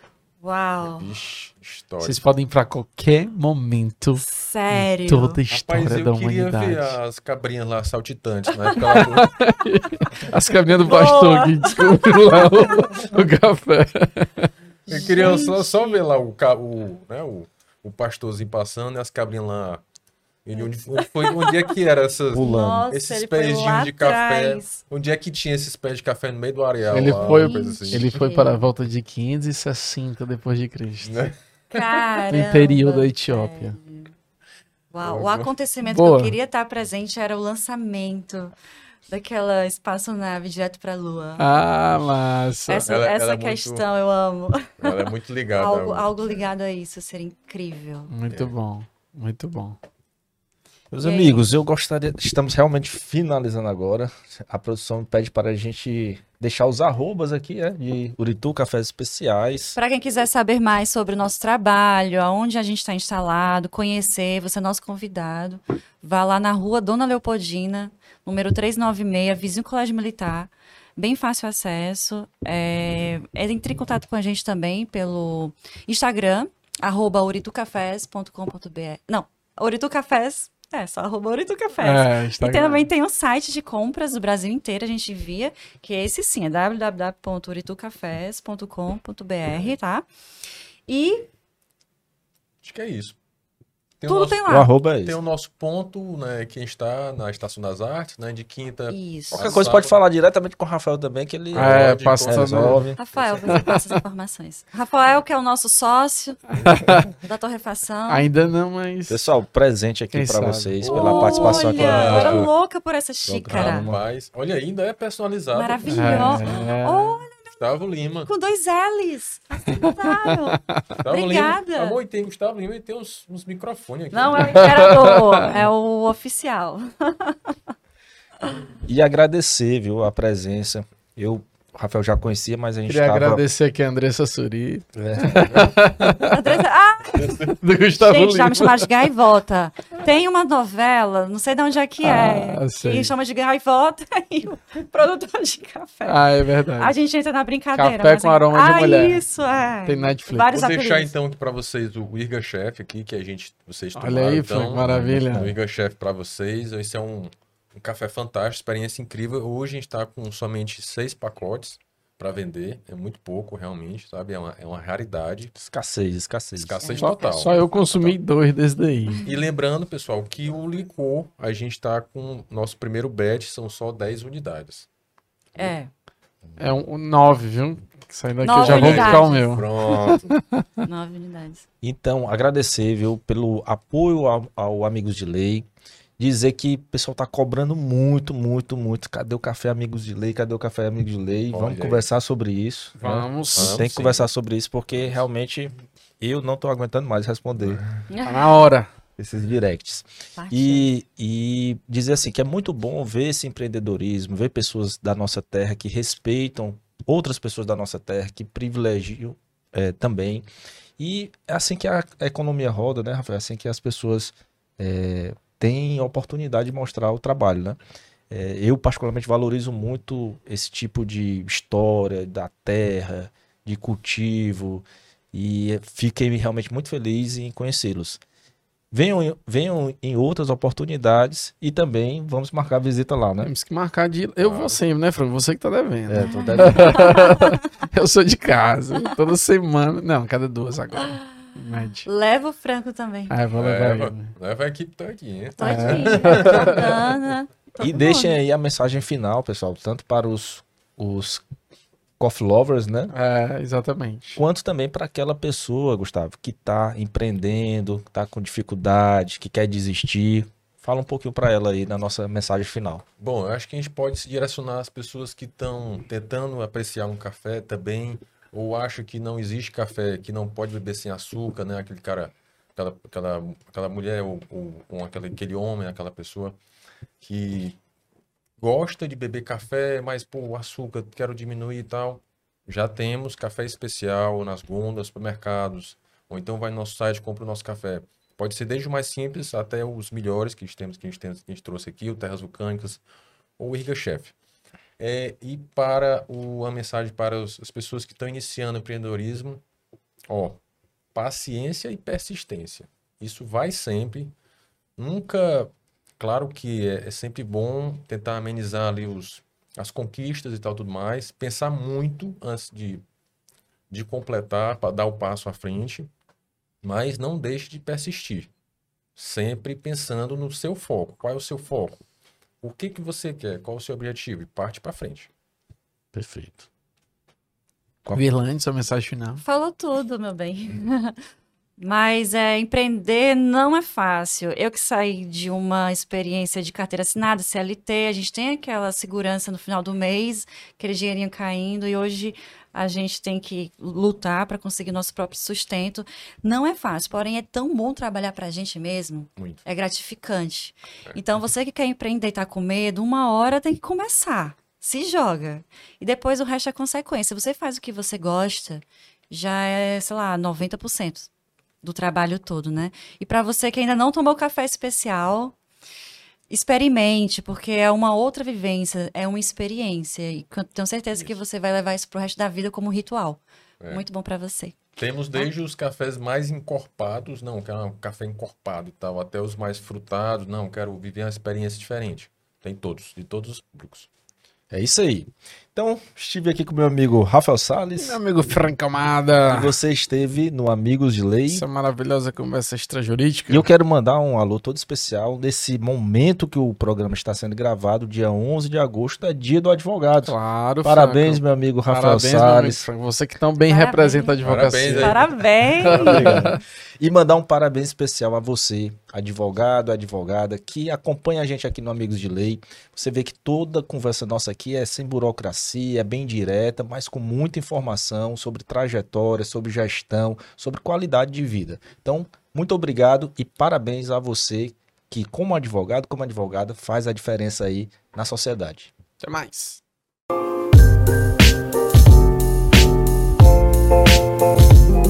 Uau. Vixe, história. Vocês podem ir pra qualquer momento Sério? em toda a história Rapaz, da eu queria humanidade. ver as cabrinhas lá saltitantes, na época lá do... As caminhas do pastor que descobriu lá o, o café. Eu queria só, só ver lá o, ca- o, né, o, o pastorzinho passando e as cabrinhas lá. Ele, onde, onde, foi, onde é que era essas, Pulando. Nossa, esses ele foi lá pezinhos de café? atrás. Onde é que tinha esses pés de café no meio do areal? Ele lá, foi- uma coisa assim. Ele foi para a volta de quinhentos e sessenta depois de Cristo. Né? Caramba, No interior da Etiópia. sério. Uau, o acontecimento Boa. que eu queria estar presente era o lançamento daquela espaçonave direto para a Lua. Ah, massa. essa ela- essa ela é muito- questão eu amo. Ela é muito ligada. Algo, ao- algo ligado a isso, seria incrível. Muito bom, muito bom. Meus E aí? amigos, eu gostaria. Estamos realmente finalizando agora. A produção pede para a gente deixar os arrobas aqui, né? De Uritu Cafés Especiais. Para quem quiser saber mais sobre o nosso trabalho, aonde a gente está instalado, conhecer, você é nosso convidado, vá lá na rua Dona Leopoldina, número trezentos e noventa e seis, vizinho Colégio Militar. Bem fácil acesso. É, entre em contato com a gente também pelo Instagram, arroba uritucafés ponto com ponto br. Não, uritucafés. É, só arroba uritucafés. É, E Instagram. também tem um site de compras do Brasil inteiro, a gente envia, que é esse sim, é w w w ponto uritucafés ponto com ponto br, tá? E Acho que é isso. Tem tudo o nosso, tem O lá. arroba é tem isso. o nosso ponto, né? Que a gente está na Estação das Artes, né? De quinta. Isso. Qualquer coisa pode falar diretamente com o Rafael também, que ele É, Pode, passa pode. todo- resolve. Rafael, você passa as informações. Rafael, que é o nosso sócio da torrefação. Ainda não, mas... Pessoal, presente aqui Quem para sabe? vocês pela participação aqui Olha, no eu era nosso. louca por essa xícara. Rapaz, olha, ainda é personalizado. Maravilhosa. É. Olha, Gustavo Lima. com dois L's. Acertaram. Gustavo Obrigada. Lima. Amor, e tem Gustavo Lima e tem uns, uns microfones aqui. Não é o imperador, é o oficial. E agradecer, viu, a presença. Eu, o Rafael já conhecia, mas a gente Queria estava. agradecer aqui a Andressa Suri, Andressa- Ah, do Gustavo gente, já Lima. me chamaram de gaivota. Tem uma novela, não sei de onde é que é, Ah, sei. que chama de gaivota e o produtor de café. Ah, é verdade. A gente entra na brincadeira. Café mas com é- aroma de ah, mulher. isso, é. Tem Netflix. Vários Vou deixar apelidos. então aqui para vocês o Irga Chef aqui, que a gente, vocês Olha tomaram, aí, então, Frank, maravilha. O Irga Chef para vocês. Esse é um, um café fantástico, experiência incrível. Hoje a gente está com somente seis pacotes para vender. É muito pouco, realmente, sabe? É uma, é uma raridade. Escassez, escassez. Escassez Só, total. só eu consumi dois desse daí. E lembrando, pessoal, que o licor, a gente está com nosso primeiro batch, são só dez unidades. É, É um, um nove, viu? Saindo daqui eu Nove já vou unidades. buscar o meu. Pronto. nove unidades. Então, agradecer, viu, pelo apoio ao, ao Amigos de Lei. Dizer que o pessoal tá cobrando muito, muito, muito. Cadê o café Amigos de Lei? Cadê o café Amigos de Lei? Olha Vamos aí. conversar sobre isso. né? Vamos. Vamos. Tem que sim. conversar sobre isso, porque realmente eu não tô aguentando mais responder Tá na hora. esses directs. Partiu. E, e dizer assim que é muito bom ver esse empreendedorismo, ver pessoas da nossa terra que respeitam outras pessoas da nossa terra, que privilegiam eh, também. E é assim que a, a economia roda, né, Rafael? É assim que as pessoas eh, têm a oportunidade de mostrar o trabalho, né? Eh, eu, particularmente, valorizo muito esse tipo de história da terra, de cultivo, e fiquei realmente muito feliz em conhecê-los. Venham, em- venham em outras oportunidades e também vamos marcar a visita lá, né? Temos que marcar de. Eu vou sempre, né, Franco? Você que tá devendo. É, tô devendo. Eu sou de casa. Toda semana. Não, cada duas agora. Médio. Leva o Franco também. Ah, eu vou levar Leva, ele. leva a equipe todinha. Todinho. Jordana. todo E mundo. deixem aí a mensagem final, pessoal, tanto para os, os coffee lovers, né? É, exatamente. Quanto também para aquela pessoa, Gustavo, que está empreendendo, que está com dificuldade, que quer desistir. Fala um pouquinho para ela aí na nossa mensagem final. Bom, eu acho que a gente pode se direcionar às pessoas que estão tentando apreciar um café também, ou acham que não existe café, que não pode beber sem açúcar, né? Aquele cara, aquela, aquela, aquela mulher ou, ou, ou aquele, aquele homem, aquela pessoa que gosta de beber café, mas, pô, o açúcar, quero diminuir e tal. Já temos café especial nas gôndolas, supermercados, ou então vai no nosso site e compra o nosso café. Pode ser desde o mais simples até os melhores que a gente, temos, que a gente, tem, que a gente trouxe aqui, o Terras Vulcânicas ou o Irga Chef. É, e para o, a mensagem para os- as pessoas que estão iniciando o empreendedorismo, Ó, paciência e persistência. Isso vai sempre. Nunca... Claro que é, é sempre bom tentar amenizar ali os, as conquistas e tal, tudo mais. Pensar muito antes de, de completar, para dar o passo à frente. Mas não deixe de persistir. Sempre pensando no seu foco. Qual é o seu foco? O que que você quer? Qual é o seu objetivo? E parte para frente. Perfeito. Virlane, sua mensagem final. Falou tudo, meu bem. Mas é, empreender não é fácil. Eu que saí de uma experiência de carteira assinada, C L T, a gente tem aquela segurança no final do mês, aquele dinheirinho caindo, e hoje a gente tem que lutar para conseguir nosso próprio sustento. Não é fácil, porém é tão bom trabalhar para a gente mesmo. Muito. É gratificante. Então, você que quer empreender e está com medo, uma hora tem que começar. Se joga. E depois o resto é consequência. Você faz o que você gosta, já é, sei lá, noventa por cento do trabalho todo, né? E para você que ainda não tomou café especial, experimente, porque é uma outra vivência, é uma experiência. E tenho certeza Isso. que você vai levar isso pro resto da vida como ritual. É. Muito bom para você. Temos desde os cafés mais encorpados, não, quero um café encorpado e tal, até os mais frutados, não, quero viver uma experiência diferente. Tem todos, de todos os públicos. É isso aí. Então, estive aqui com meu amigo Rafael Salles. Meu amigo Franco Amada. E você esteve no Amigos de Lei. Essa maravilhosa conversa extrajurídica. E eu quero mandar um alô todo especial nesse momento que o programa está sendo gravado, dia onze de agosto, é dia do advogado. Claro, Parabéns, Franco. meu amigo Rafael Parabéns, meu amigo Salles. Franco. Você que tão bem Parabéns. representa a advocacia. Parabéns aí. Parabéns! Obrigado. E mandar um parabéns especial a você, advogado, advogada, que acompanha a gente aqui no Amigos de Lei. Você vê que toda conversa nossa aqui é sem burocracia, é bem direta, mas com muita informação sobre trajetória, sobre gestão, sobre qualidade de vida. Então, muito obrigado e parabéns a você que, como advogado, como advogada, faz a diferença aí na sociedade. Até mais. Thank you.